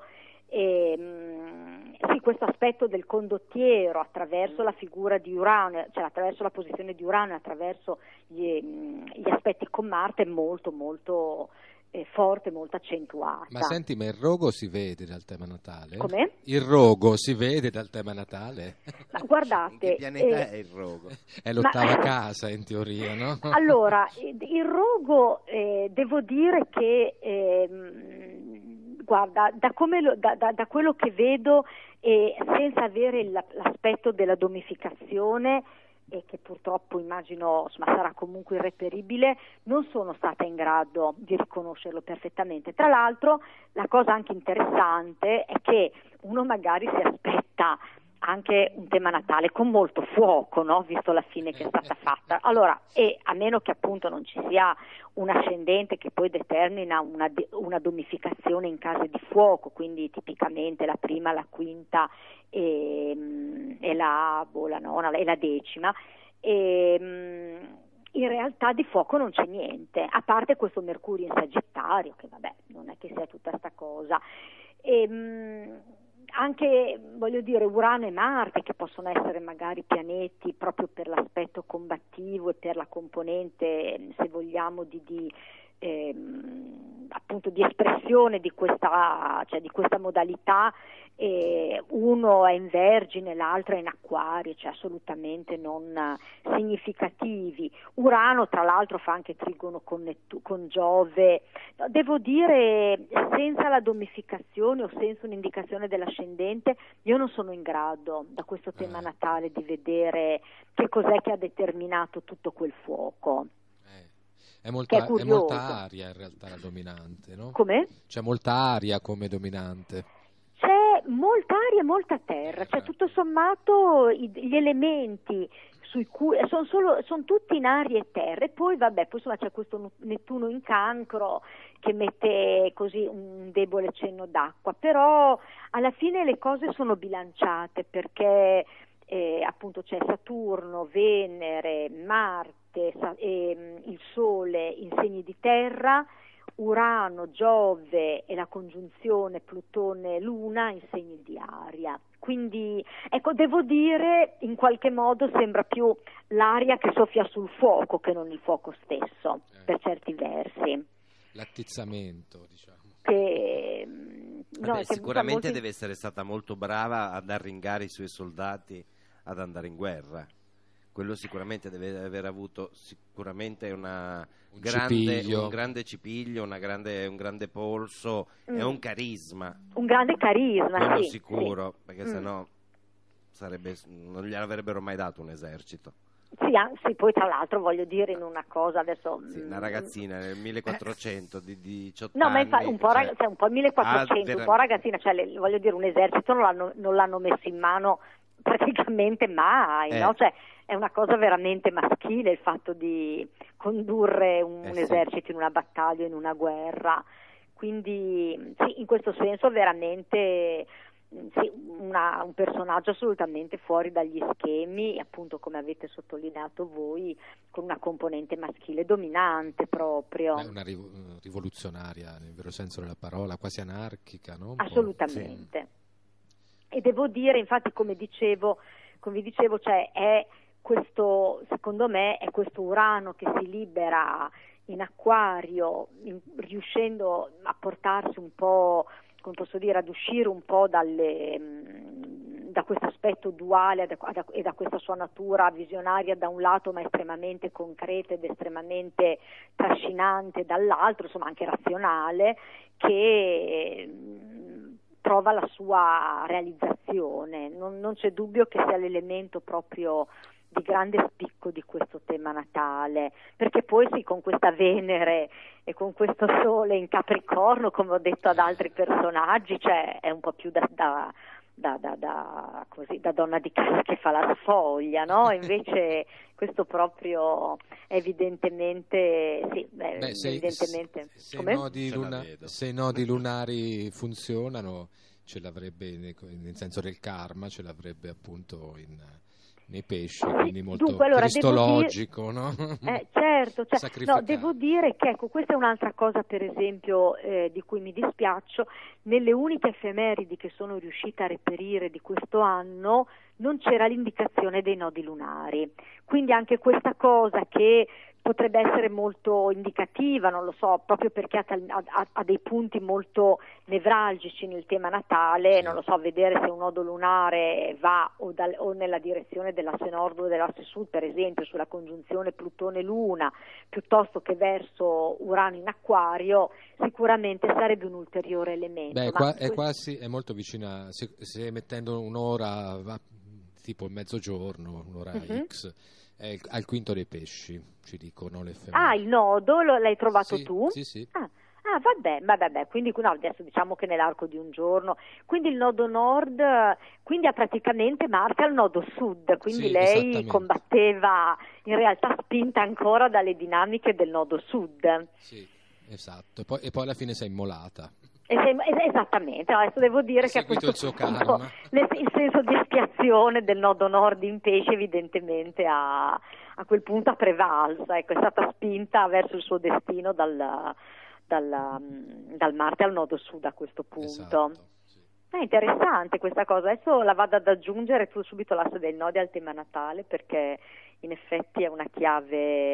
sì, questo aspetto del condottiero attraverso la figura di Urano, cioè attraverso la posizione di Urano e attraverso gli aspetti con Marte è molto molto forte, molto accentuata. Ma senti, ma il rogo si vede dal tema natale? Com'è? Il rogo si vede dal tema natale? Ma guardate, in che pianeta è il rogo? È l'ottava casa in teoria, no? Allora, il rogo devo dire che guarda, da quello che vedo, senza avere l'aspetto della domificazione, e che purtroppo immagino sarà comunque irreperibile, non sono stata in grado di riconoscerlo perfettamente. Tra l'altro la cosa anche interessante è che uno magari si aspetta anche un tema natale con molto fuoco, no? Visto la fine che è stata fatta. Allora, e a meno che appunto non ci sia un ascendente che poi determina una domificazione in case di fuoco, quindi tipicamente la prima, la quinta e la nona e la decima, in realtà di fuoco non c'è niente, a parte questo Mercurio in Sagittario, che vabbè, non è che sia tutta sta cosa. Anche, voglio dire, Urano e Marte, che possono essere magari pianeti proprio per l'aspetto combattivo e per la componente, se vogliamo, appunto di espressione di questa modalità, uno è in Vergine, l'altro è in Acquario, cioè assolutamente non significativi. Urano tra l'altro fa anche trigono con Giove. Devo dire, senza la domificazione o senza un'indicazione dell'ascendente, io non sono in grado da questo tema natale di vedere che cos'è che ha determinato tutto quel fuoco. È molta aria in realtà la dominante, no? Come? C'è molta aria come dominante. C'è molta aria e molta terra, cioè tutto sommato gli elementi sui cui sono tutti in aria e terra, e poi vabbè, poi insomma c'è questo Nettuno in Cancro che mette così un debole cenno d'acqua, però alla fine le cose sono bilanciate, perché appunto c'è Saturno, Venere, Marte, il Sole in segni di terra, Urano, Giove e la congiunzione Plutone-Luna in segni di aria. Quindi, ecco, devo dire, in qualche modo sembra più l'aria che soffia sul fuoco che non il fuoco stesso, per certi versi. L'attizzamento, diciamo. Sicuramente deve essere stata molto brava ad arringare i suoi soldati ad andare in guerra. quello sicuramente deve aver avuto sicuramente un grande cipiglio, un grande polso e un carisma. Un grande carisma, quello sì, sicuro, sì. perché sennò non gli avrebbero mai dato un esercito. Sì, poi tra l'altro voglio dire in una cosa adesso... Sì, una ragazzina nel 1400 di 18 no, anni. ma un po' 1400, un po' ragazzina, cioè voglio dire un esercito non l'hanno messo in mano praticamente mai, no? Cioè è una cosa veramente maschile il fatto di condurre un esercito in una battaglia, in una guerra, quindi sì, in questo senso veramente... Sì, un personaggio assolutamente fuori dagli schemi, appunto come avete sottolineato voi, con una componente maschile dominante proprio. È una rivoluzionaria nel vero senso della parola, quasi anarchica, no? Assolutamente. Sì. E devo dire, infatti, come vi dicevo, cioè è questo, secondo me, è questo Urano che si libera in Acquario, riuscendo a portarsi un po', come posso dire, ad uscire un po' da questo aspetto duale e da questa sua natura visionaria da un lato, ma estremamente concreta ed estremamente trascinante dall'altro, insomma anche razionale, che trova la sua realizzazione. Non c'è dubbio che sia l'elemento proprio di grande spicco di questo tema natale, perché poi sì, con questa Venere e con questo Sole in Capricorno, come ho detto ad altri personaggi, cioè è un po' più da donna di casa che fa la sfoglia, no? Invece questo proprio evidentemente sì, evidentemente se i nodi lunari funzionano, ce l'avrebbe nel senso del karma, ce l'avrebbe appunto nei pesci, quindi molto dunque, allora, cristologico, no? Certo, no, devo dire che ecco, questa è un'altra cosa per esempio di cui mi dispiaccio. Nelle uniche effemeridi che sono riuscita a reperire di questo anno non c'era l'indicazione dei nodi lunari, quindi anche questa cosa che potrebbe essere molto indicativa, non lo so, proprio perché ha dei punti molto nevralgici nel tema natale, non lo so, vedere se un nodo lunare va o nella direzione dell'asse nord o dell'asse sud, per esempio sulla congiunzione Plutone-Luna, piuttosto che verso Urano in Acquario, sicuramente sarebbe un ulteriore elemento. È molto vicina, se mettendo un'ora, tipo il mezzogiorno, un'ora X, al quinto dei pesci, ci dicono le femmine. Il nodo l'hai trovato tu? Sì. Vabbè, quindi no, adesso diciamo che nell'arco di un giorno, quindi il nodo nord, quindi ha praticamente Marte al nodo sud, quindi lei combatteva in realtà spinta ancora dalle dinamiche del nodo sud. Sì, esatto, e poi alla fine sei immolata. Esattamente, adesso devo dire che a questo punto il senso di espiazione del nodo nord in pesce evidentemente a quel punto ha prevalsa, ecco, è stata spinta verso il suo destino dal Marte al nodo sud a questo punto. Esatto, sì. È interessante questa cosa, adesso la vado ad aggiungere subito l'asse dei nodi al tema natale, perché in effetti è una chiave,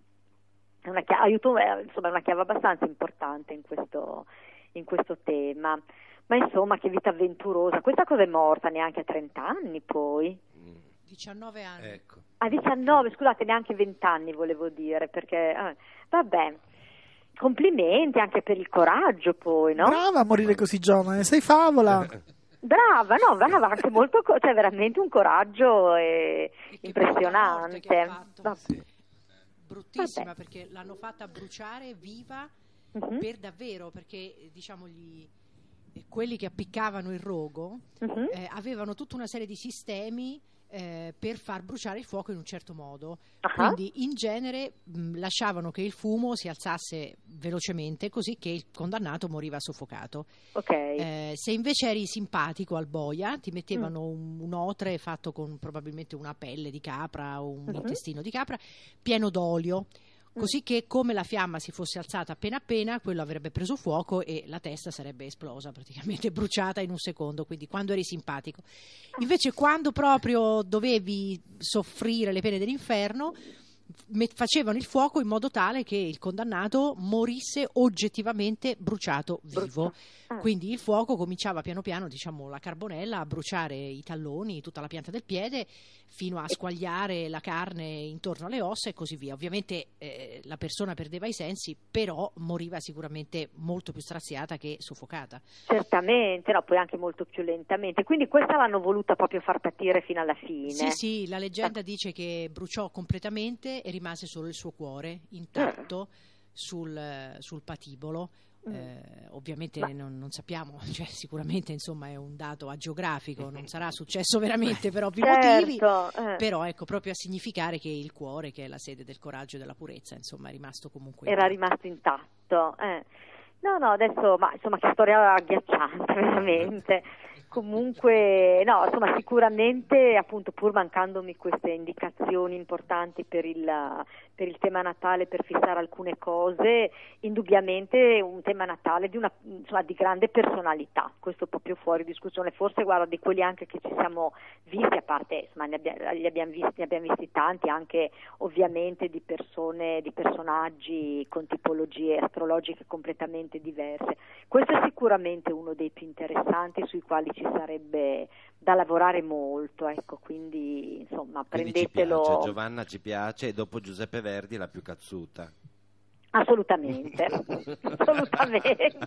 è una chiave abbastanza importante in questo tema. Ma insomma, che vita avventurosa. Questa cosa è morta neanche a 30 anni poi. 19 anni. Ecco. 19, scusate, neanche 20 anni volevo dire, perché vabbè. Complimenti anche per il coraggio poi, no? Brava a morire così giovane, sei favola. Brava, anche molto, cioè veramente un coraggio impressionante. Che ha fatto. Sì. Bruttissima, perché l'hanno fatta bruciare viva per davvero, perché diciamo quelli che appiccavano il rogo avevano tutta una serie di sistemi per far bruciare il fuoco in un certo modo, quindi in genere lasciavano che il fumo si alzasse velocemente, così che il condannato moriva soffocato. Se invece eri simpatico al boia, ti mettevano un otre fatto con probabilmente una pelle di capra o un intestino di capra pieno d'olio, così che come la fiamma si fosse alzata appena appena, quello avrebbe preso fuoco e la testa sarebbe esplosa, praticamente bruciata in un secondo, quindi quando eri simpatico. Invece quando proprio dovevi soffrire le pene dell'inferno, facevano il fuoco in modo tale che il condannato morisse oggettivamente bruciato vivo. Quindi il fuoco cominciava piano piano, diciamo la carbonella, a bruciare i talloni, tutta la pianta del piede, fino a squagliare la carne intorno alle ossa e così via. Ovviamente la persona perdeva i sensi, però moriva sicuramente molto più straziata che soffocata. Certamente, no, poi anche molto più lentamente. Quindi questa l'hanno voluta proprio far patire fino alla fine. Sì, la leggenda dice che bruciò completamente e rimase solo il suo cuore intatto sul patibolo. Ovviamente non sappiamo, cioè sicuramente insomma è un dato agiografico, non sarà successo veramente per ovvi motivi, però ecco, proprio a significare che il cuore, che è la sede del coraggio e della purezza, insomma è rimasto comunque rimasto intatto. No, adesso, ma insomma che storia agghiacciante veramente. Comunque, no, insomma, sicuramente, appunto, pur mancandomi queste indicazioni importanti per il tema Natale, per fissare alcune cose, indubbiamente un tema Natale di grande personalità, questo proprio fuori discussione. Forse, guarda, di quelli anche che ci siamo visti, a parte, insomma, ne abbiamo visti tanti, anche ovviamente di personaggi con tipologie astrologiche completamente diverse. Questo è sicuramente uno dei più interessanti, sui quali ci sarebbe da lavorare molto, ecco, quindi insomma prendetelo. Ci piace, Giovanna ci piace, e dopo Giuseppe Verdi la più cazzuta. Assolutamente. Assolutamente.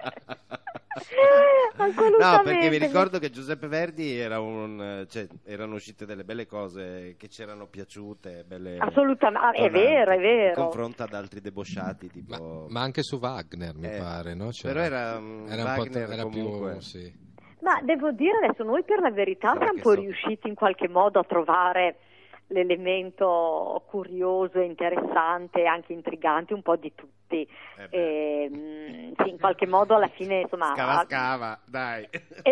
No, perché mi ricordo che Giuseppe Verdi erano uscite delle belle cose che ci erano piaciute, belle. Assolutamente, è vero. In confronto ad altri debosciati tipo. Ma anche su Wagner mi pare, no? Però era Wagner era comunque. più, sì. Ma devo dire adesso, noi per la verità siamo un po' riusciti in qualche modo a trovare l'elemento curioso e interessante, anche intrigante, un po' di tutti. Sì, in qualche modo alla fine, insomma. Scava, dai.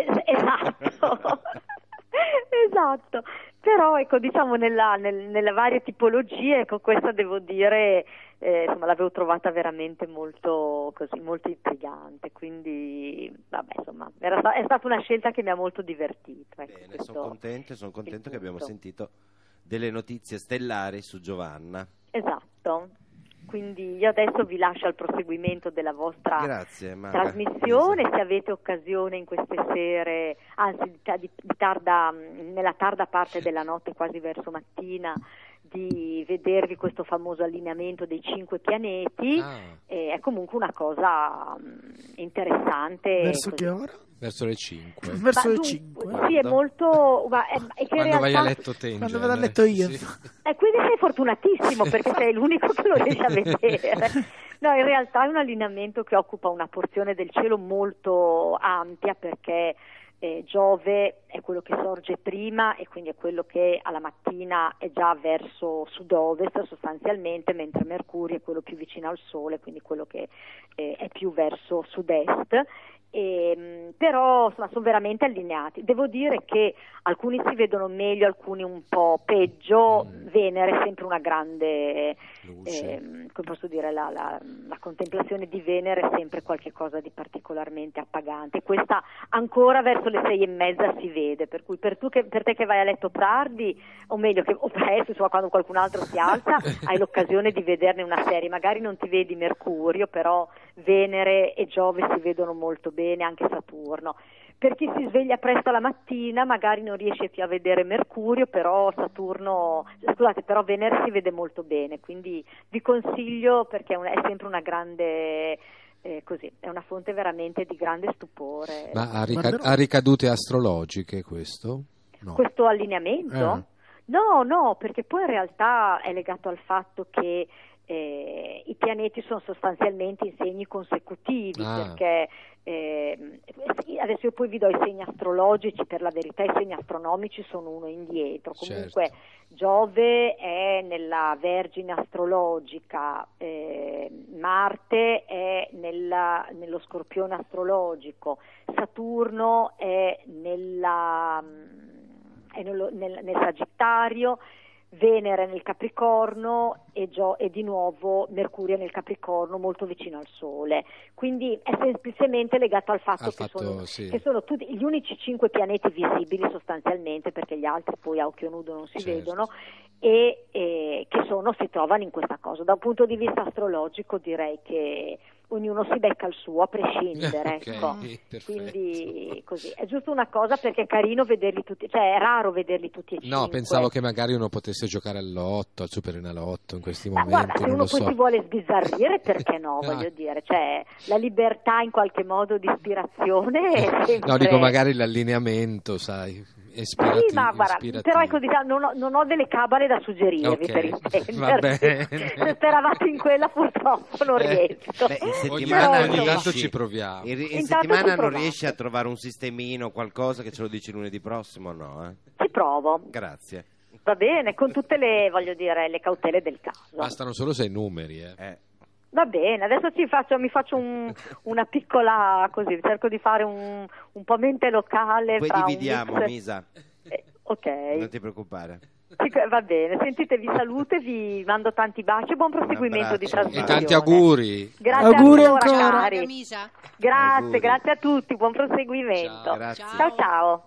Esatto. Esatto. Però ecco, diciamo nelle varie tipologie, ecco, questa devo dire, insomma, l'avevo trovata veramente molto intrigante, quindi vabbè, insomma, è stata una scelta che mi ha molto divertito. Ecco. Bene, sono contento che abbiamo sentito delle notizie stellari su Giovanna. Esatto. Quindi io adesso vi lascio al proseguimento della vostra trasmissione. Se avete occasione in queste sere, anzi nella tarda parte della notte, quasi verso mattina, di vedervi questo famoso allineamento dei 5 pianeti, è comunque una cosa interessante. Verso che ora? Verso le 5. Verso le 5? Sì, è molto. È che quando vai a letto te, quando vado a letto io. Sì. Quindi sei fortunatissimo perché sei l'unico che lo riesce a vedere. No, in realtà è un allineamento che occupa una porzione del cielo molto ampia, perché Giove è quello che sorge prima e quindi è quello che alla mattina è già verso sud-ovest sostanzialmente, mentre Mercurio è quello più vicino al Sole, quindi quello che è più verso sud-est. Però insomma, sono veramente allineati. Devo dire che alcuni si vedono meglio, alcuni un po' peggio. Venere è sempre una grande come posso dire, la contemplazione di Venere è sempre qualcosa di particolarmente appagante. Questa ancora verso le 6:30 si vede, per cui per te che vai a letto tardi, o meglio o presto, insomma, quando qualcun altro si alza, hai l'occasione di vederne una serie. Magari non ti vedi Mercurio, però Venere e Giove si vedono molto bene, anche Saturno. Per chi si sveglia presto la mattina magari non riesce più a vedere Mercurio, però però Venere si vede molto bene, quindi vi consiglio, perché è sempre una grande così, è una fonte veramente di grande stupore. Ma ha ricadute astrologiche questo? No. Questo allineamento? No, perché poi in realtà è legato al fatto che i pianeti sono sostanzialmente in segni consecutivi, perché adesso io poi vi do i segni astrologici, per la verità i segni astronomici sono uno indietro. Comunque certo. Giove è nella Vergine astrologica, Marte è nello Scorpione astrologico, Saturno è nel Sagittario, Venere nel Capricorno e di nuovo Mercurio nel Capricorno, molto vicino al Sole. Quindi è semplicemente legato al fatto che sono tutti gli unici 5 pianeti visibili sostanzialmente, perché gli altri poi a occhio nudo non si vedono, e che si trovano in questa cosa. Da un punto di vista astrologico direi che ognuno si becca il suo a prescindere, Okay, ecco. perfetto. Quindi così è giusto una cosa, perché è carino vederli tutti, cioè è raro vederli tutti e No, cinque. pensavo che magari uno potesse giocare al Superenalotto in questi Ma momenti, guarda, se non uno lo poi so. si vuole sbizzarrire, perché no, Ah. voglio dire, cioè la libertà in qualche modo di ispirazione è sempre... No, dico magari l'allineamento, sai, Sì, ma guarda, ispirativo. però ecco, diciamo, non ho delle cabale da suggerirvi, Ok, per intenderci. va bene. Se speravate in quella, purtroppo non riesco. Beh, in Ogni settimana Però, tanto riesci- ci proviamo. In Intanto settimana ci non provate. riesci a trovare un sistemino, qualcosa che ce lo dici lunedì prossimo? No, Ci provo, Grazie. va bene, con tutte le, voglio dire, le cautele del caso. Bastano solo 6 numeri, Va bene, adesso mi faccio una piccola, così, cerco di fare un po' mente locale. Poi fra un dividiamo, mix- Misa, Ok. non ti preoccupare. Va bene, sentite, vi saluto e vi mando tanti baci e buon proseguimento di abbraccio. E trasmissione. tanti auguri. Grazie Auguri ancora, ancora. cari. Misa. Grazie, Auguri. grazie a tutti, buon proseguimento. Ciao. Grazie. Ciao ciao.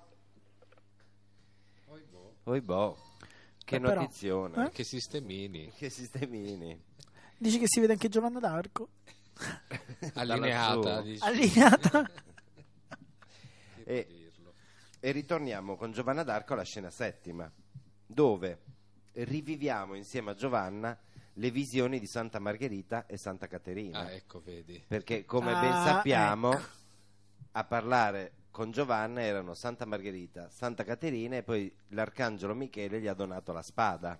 Oibò, che Però, notizione. Che sistemini. Che sistemini. Dici che si vede anche Giovanna d'Arco? Allineata, lassù. dici. Allineata? E ritorniamo con Giovanna d'Arco alla scena settima, dove riviviamo insieme a Giovanna le visioni di Santa Margherita e Santa Caterina. Ah, ecco, vedi. Perché, come Ah, ben sappiamo, ecco. a parlare con Giovanna erano Santa Margherita, Santa Caterina, e poi l'Arcangelo Michele gli ha donato la spada.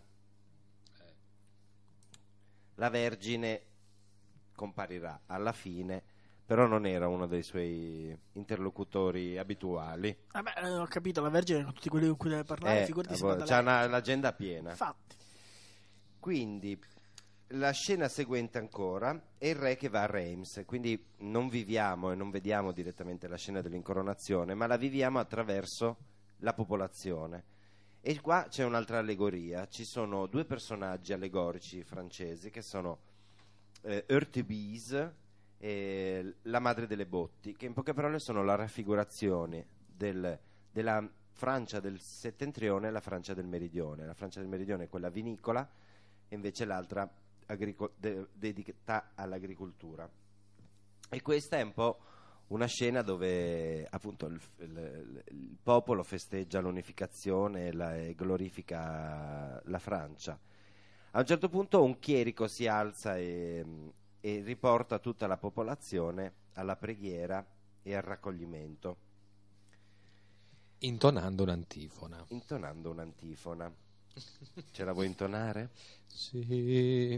La Vergine comparirà alla fine, però non era uno dei suoi interlocutori abituali. Vabbè, ho capito, la Vergine con tutti quelli con cui deve parlare, figurati se manda c'ha lei. l'agenda piena. Infatti. Quindi la scena seguente ancora è il re che va a Reims, quindi non viviamo e non vediamo direttamente la scena dell'incoronazione, ma la viviamo attraverso la popolazione. E qua c'è un'altra allegoria, ci sono due personaggi allegorici francesi che sono Heurtebise e la madre delle botti, che in poche parole sono la raffigurazione della Francia del settentrione e la Francia del meridione. La Francia del meridione è quella vinicola e invece l'altra dedicata all'agricoltura. E questa è un po' una scena dove appunto il popolo festeggia l'unificazione e glorifica la Francia. A un certo punto un chierico si alza e riporta tutta la popolazione alla preghiera e al raccoglimento, Intonando un'antifona. intonando un'antifona. Ce la vuoi intonare? Sì.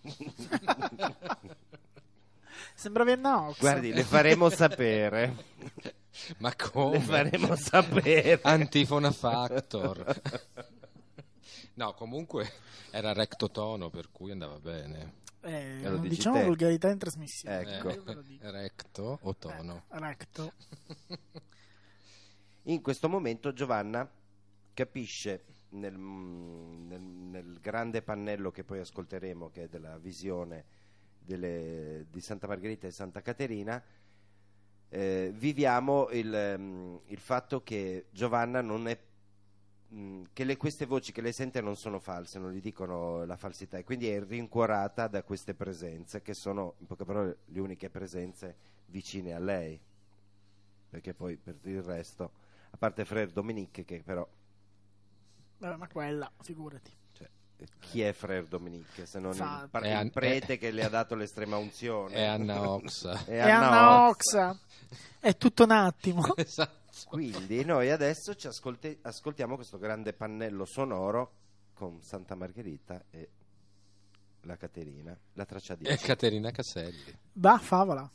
Sembravi Anna Ox. Guardi, le faremo sapere. Ma come? Le faremo sapere. Antifona Factor. No, comunque era rectotono, per cui andava bene. lo Non dici diciamo te. volgarità in trasmissione. Ecco. Io ve lo dico. Recto o tono? Recto. In questo momento Giovanna capisce nel grande pannello che poi ascolteremo, che è della visione di Santa Margherita e Santa Caterina, viviamo il fatto che Giovanna non è che queste voci che lei sente non sono false, non gli dicono la falsità, e quindi è rincuorata da queste presenze che sono, in poche parole, le uniche presenze vicine a lei, perché poi per il resto, a parte Frère Dominique, che però Vabbè, ma quella, figurati. chi è Frère Dominique se non Infatti. il prete che le ha dato l'estrema unzione? È Anna Oxa. È E Anna Anna Oxa. Oxa. È tutto un attimo. Esatto. Quindi noi adesso ci ascoltiamo questo grande pannello sonoro con Santa Margherita e la Caterina, la traccia 10. È Caterina Casselli. Va, favola.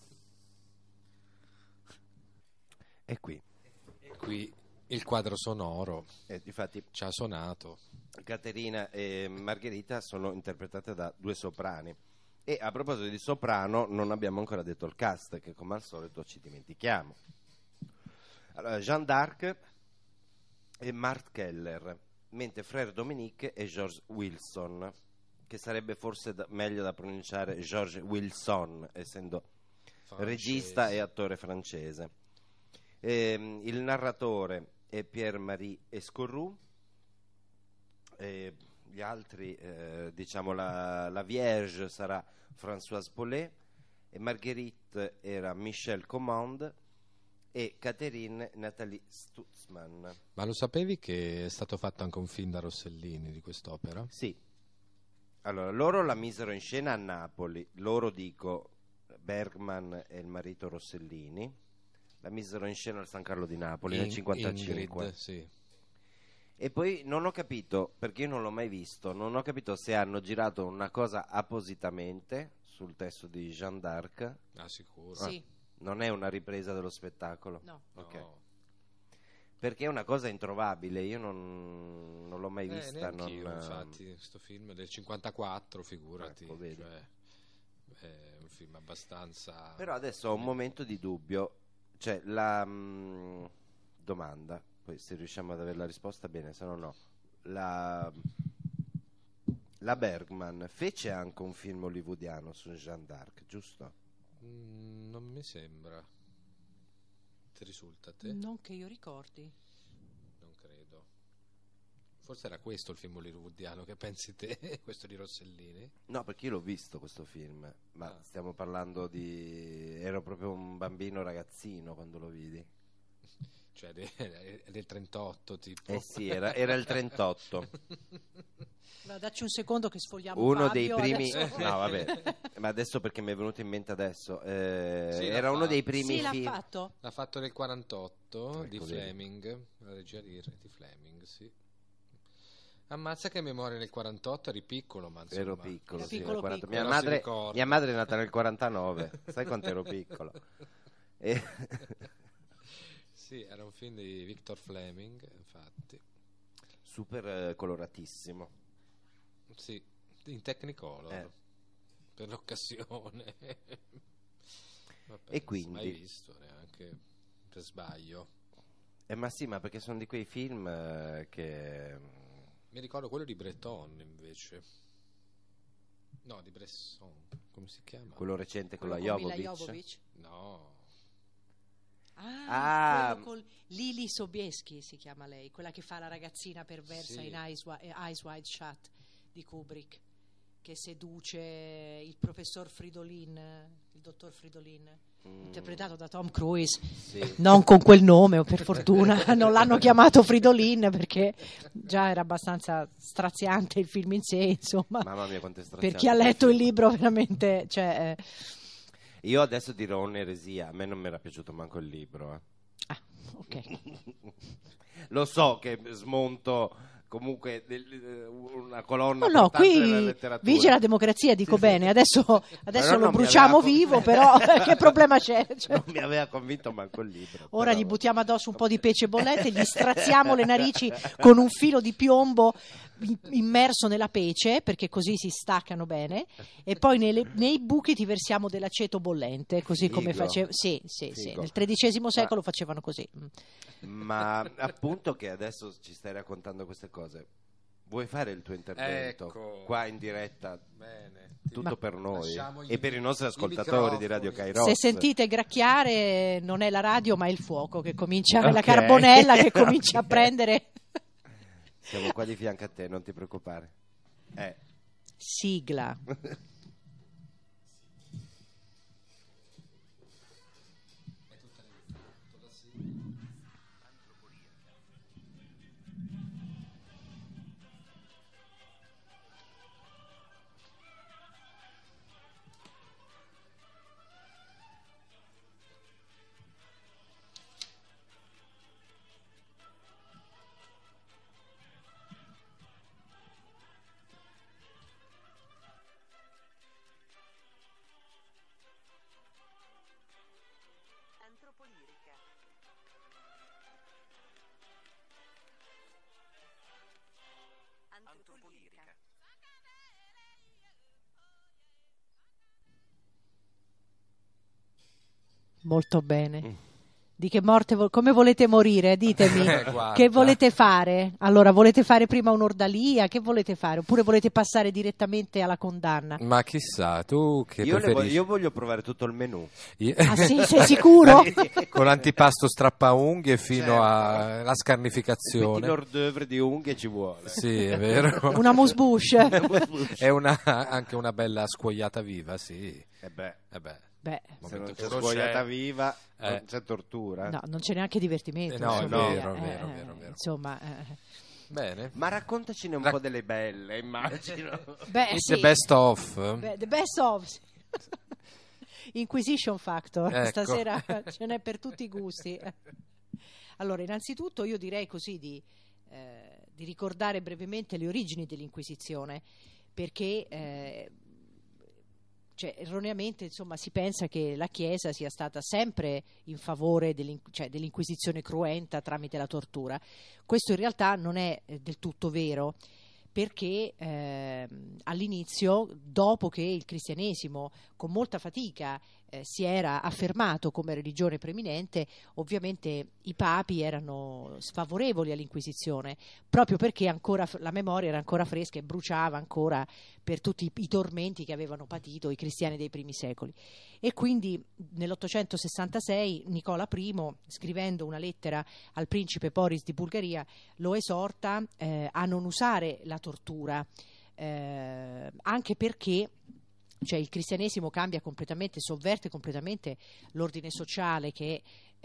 E qui, Qui il quadro sonoro difatti, ci ha suonato. Caterina e Margherita sono interpretate da due soprani. E a proposito di soprano, non abbiamo ancora detto il cast, che come al solito ci dimentichiamo. Allora, Jeanne d'Arc e Mart Keller, mentre Frère Dominique e George Wilson, che sarebbe forse meglio da pronunciare George Wilson, essendo regista e attore francese. Il narratore è Pierre-Marie Escorroux. gli altri, diciamo la Vierge sarà Françoise Paulet, e Marguerite era Michelle Command e Catherine Nathalie Stutzman. Ma lo sapevi che è stato fatto anche un film da Rossellini di quest'opera? Sì. Allora, loro la misero in scena a Napoli, loro dico Bergman e il marito Rossellini, la misero in scena al San Carlo di Napoli nel 1955. Ingrid, sì. E poi non ho capito, perché io non l'ho mai visto, non ho capito se hanno girato una cosa appositamente sul testo di Jeanne d'Arc. Ah, sicuro. Sì. Non è una ripresa dello spettacolo? No. Ok. No. Perché è una cosa introvabile, io non l'ho mai vista. Neanch'io, infatti, questo film del 54, figurati. Ecco, vedi. Cioè, è un film abbastanza... Però adesso ho un momento di dubbio, cioè la domanda, poi se riusciamo ad avere la risposta bene, se no no. La Bergman fece anche un film hollywoodiano su Jeanne d'Arc, giusto? non mi sembra. Ti risulta a te? Non che io ricordi. Non credo. Forse era questo il film hollywoodiano che pensi te, questo di Rossellini? No, perché io l'ho visto questo film, ma Ah. stiamo parlando ero proprio un bambino ragazzino quando lo vidi. Cioè del 38 tipo. Eh sì, era il 38. Allora, dacci un secondo che sfogliamo Uno Fabio, dei primi, adesso. no vabbè, ma adesso perché mi è venuto in mente adesso, Sì, era l'ha uno dei primi Sì, l'ha film. fatto. L'ha fatto nel 48 di Ecco, vedi. Fleming, la regia di Fleming, sì. Ammazza che memoria nel 48, eri piccolo, ma insomma. Ero piccolo, Era sì, piccolo, nel 40. piccolo. Però si ricorda. Mia madre è nata nel 49, sai quanto ero piccolo? E- Sì, era un film di Victor Fleming, infatti. super coloratissimo. Sì, in Technicolor. Eh. Per l'occasione. Vabbè, E quindi? mai visto neanche per sbaglio. Ma sì, ma perché sono di quei film che... Mi ricordo quello di Breton invece. No, di Bresson. Come si chiama? Quello recente con Quello la con Mila Jovovich. Jovovich. No. Ah. Quello con Lili Sobieski si chiama lei, quella che fa la ragazzina perversa Sì. in Eyes Wide Shut di Kubrick, che seduce il professor Fridolin, il dottor Fridolin, interpretato da Tom Cruise. Sì. Non con quel nome, per fortuna, non l'hanno chiamato Fridolin perché già era abbastanza straziante il film in sé, insomma. Mamma mia, quanto è straziante Per chi ha quel letto il film. libro, veramente, cioè, Io adesso dirò un'eresia, a me non mi era piaciuto manco il libro. ok. Lo so che smonto comunque una colonna No, portante della qui letteratura. vige la democrazia, dico Sì, bene. sì. Adesso Però lo non mi bruciamo aveva vivo, però che problema c'è? Cioè, Non mi aveva convinto manco il libro. ora però- gli buttiamo addosso un po' di pece bollente, gli straziamo le narici con un filo di piombo immerso nella pece, perché così si staccano bene, e poi nei buchi ti versiamo dell'aceto bollente, così Figo. come faceva. Sì, Figo. nel XIII secolo facevano così. Ma appunto che adesso ci stai raccontando queste cose, vuoi fare il tuo intervento Ecco. qua in diretta? Bene. Tutto per noi Lasciamogli e per i nostri i ascoltatori di microfoni. Radio Kairos. Se sentite gracchiare, non è la radio, ma è il fuoco che comincia, Ok. la carbonella che comincia a prendere. Siamo qua di fianco a te, non ti preoccupare. Sigla. Antropolirica. Antropolirica. Molto bene. Di che morte come volete morire? Ditemi. Guarda. Che volete fare? Allora, volete fare prima un'ordalia? Che volete fare? Oppure volete passare direttamente alla condanna? Ma chissà, tu che preferisci? Io voglio provare tutto il menù. Ah sì, sei sicuro? Con antipasto strappaunghie fino alla scarnificazione. Quindi l'hors d'oeuvre di unghie ci vuole. Sì, è vero. Una mousse-bouche. È anche una bella scuoiata viva, sì. Beh, Beh, se non c'è uno scuoiata viva, non Eh. c'è tortura. no, non c'è neanche divertimento. No, è insomma, vero, è vero. Insomma, Bene. Ma raccontacene un po' delle belle, immagino. beh, It's sì. the best of. Beh, the best of. Sì. Inquisition Factor. Ecco. Stasera ce n'è per tutti i gusti. Allora, innanzitutto io direi così di ricordare brevemente le origini dell'Inquisizione, perché erroneamente insomma si pensa che la Chiesa sia stata sempre in favore dell'Inquisizione cruenta tramite la tortura. Questo in realtà non è del tutto vero, perché all'inizio, dopo che il cristianesimo con molta fatica si era affermato come religione preeminente, ovviamente i papi erano sfavorevoli all'Inquisizione, proprio perché ancora la memoria era ancora fresca e bruciava ancora per tutti i tormenti che avevano patito i cristiani dei primi secoli. E quindi nell'866 Nicola I, scrivendo una lettera al principe Boris di Bulgaria, lo esorta a non usare la tortura, anche perché il cristianesimo cambia completamente, sovverte completamente l'ordine sociale, che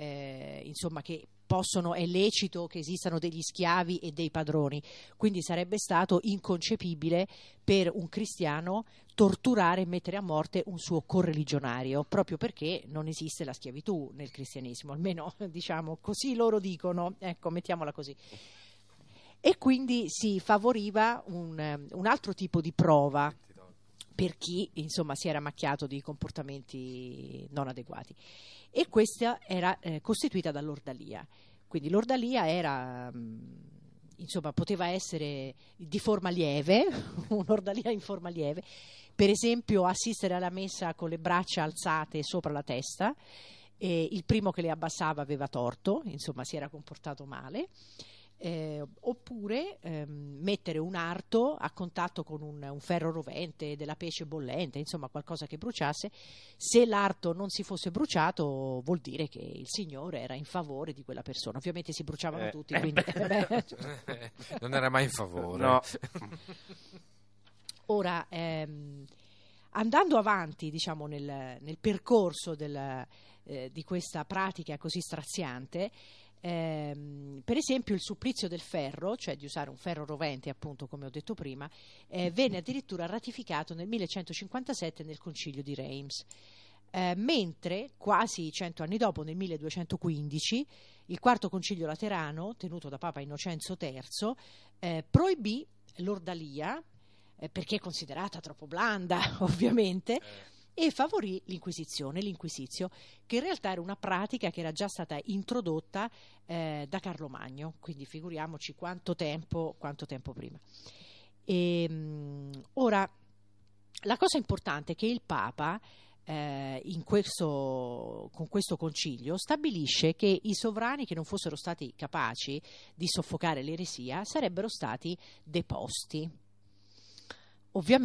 è lecito che esistano degli schiavi e dei padroni, quindi sarebbe stato inconcepibile per un cristiano torturare e mettere a morte un suo correligionario, proprio perché non esiste la schiavitù nel cristianesimo, almeno diciamo così loro dicono, ecco, mettiamola così. E quindi si favoriva un altro tipo di prova per chi insomma si era macchiato di comportamenti non adeguati, e questa era costituita dall'ordalia. Quindi l'ordalia era poteva essere di forma lieve, un'ordalia in forma lieve, per esempio assistere alla messa con le braccia alzate sopra la testa, e il primo che le abbassava aveva torto, insomma si era comportato male. Oppure mettere un arto a contatto con un ferro rovente, della pesce bollente, insomma qualcosa che bruciasse. Se l'arto non si fosse bruciato, vuol dire che il Signore era in favore di quella persona. Ovviamente si bruciavano tutti, quindi non era mai in favore. No. Ora, andando avanti, diciamo, nel percorso di questa pratica così straziante, per esempio il supplizio del ferro, cioè di usare un ferro rovente, appunto, come ho detto prima, venne addirittura ratificato nel 1157 nel concilio di Reims, mentre quasi 100 anni dopo, nel 1215, il quarto concilio laterano, tenuto da Papa Innocenzo III, proibì l'ordalia, perché è considerata troppo blanda, ovviamente, e favorì l'inquisizio, che in realtà era una pratica che era già stata introdotta da Carlo Magno, quindi figuriamoci quanto tempo prima. Ora, la cosa importante è che il Papa con questo concilio stabilisce che i sovrani che non fossero stati capaci di soffocare l'eresia sarebbero stati deposti. Ovviamente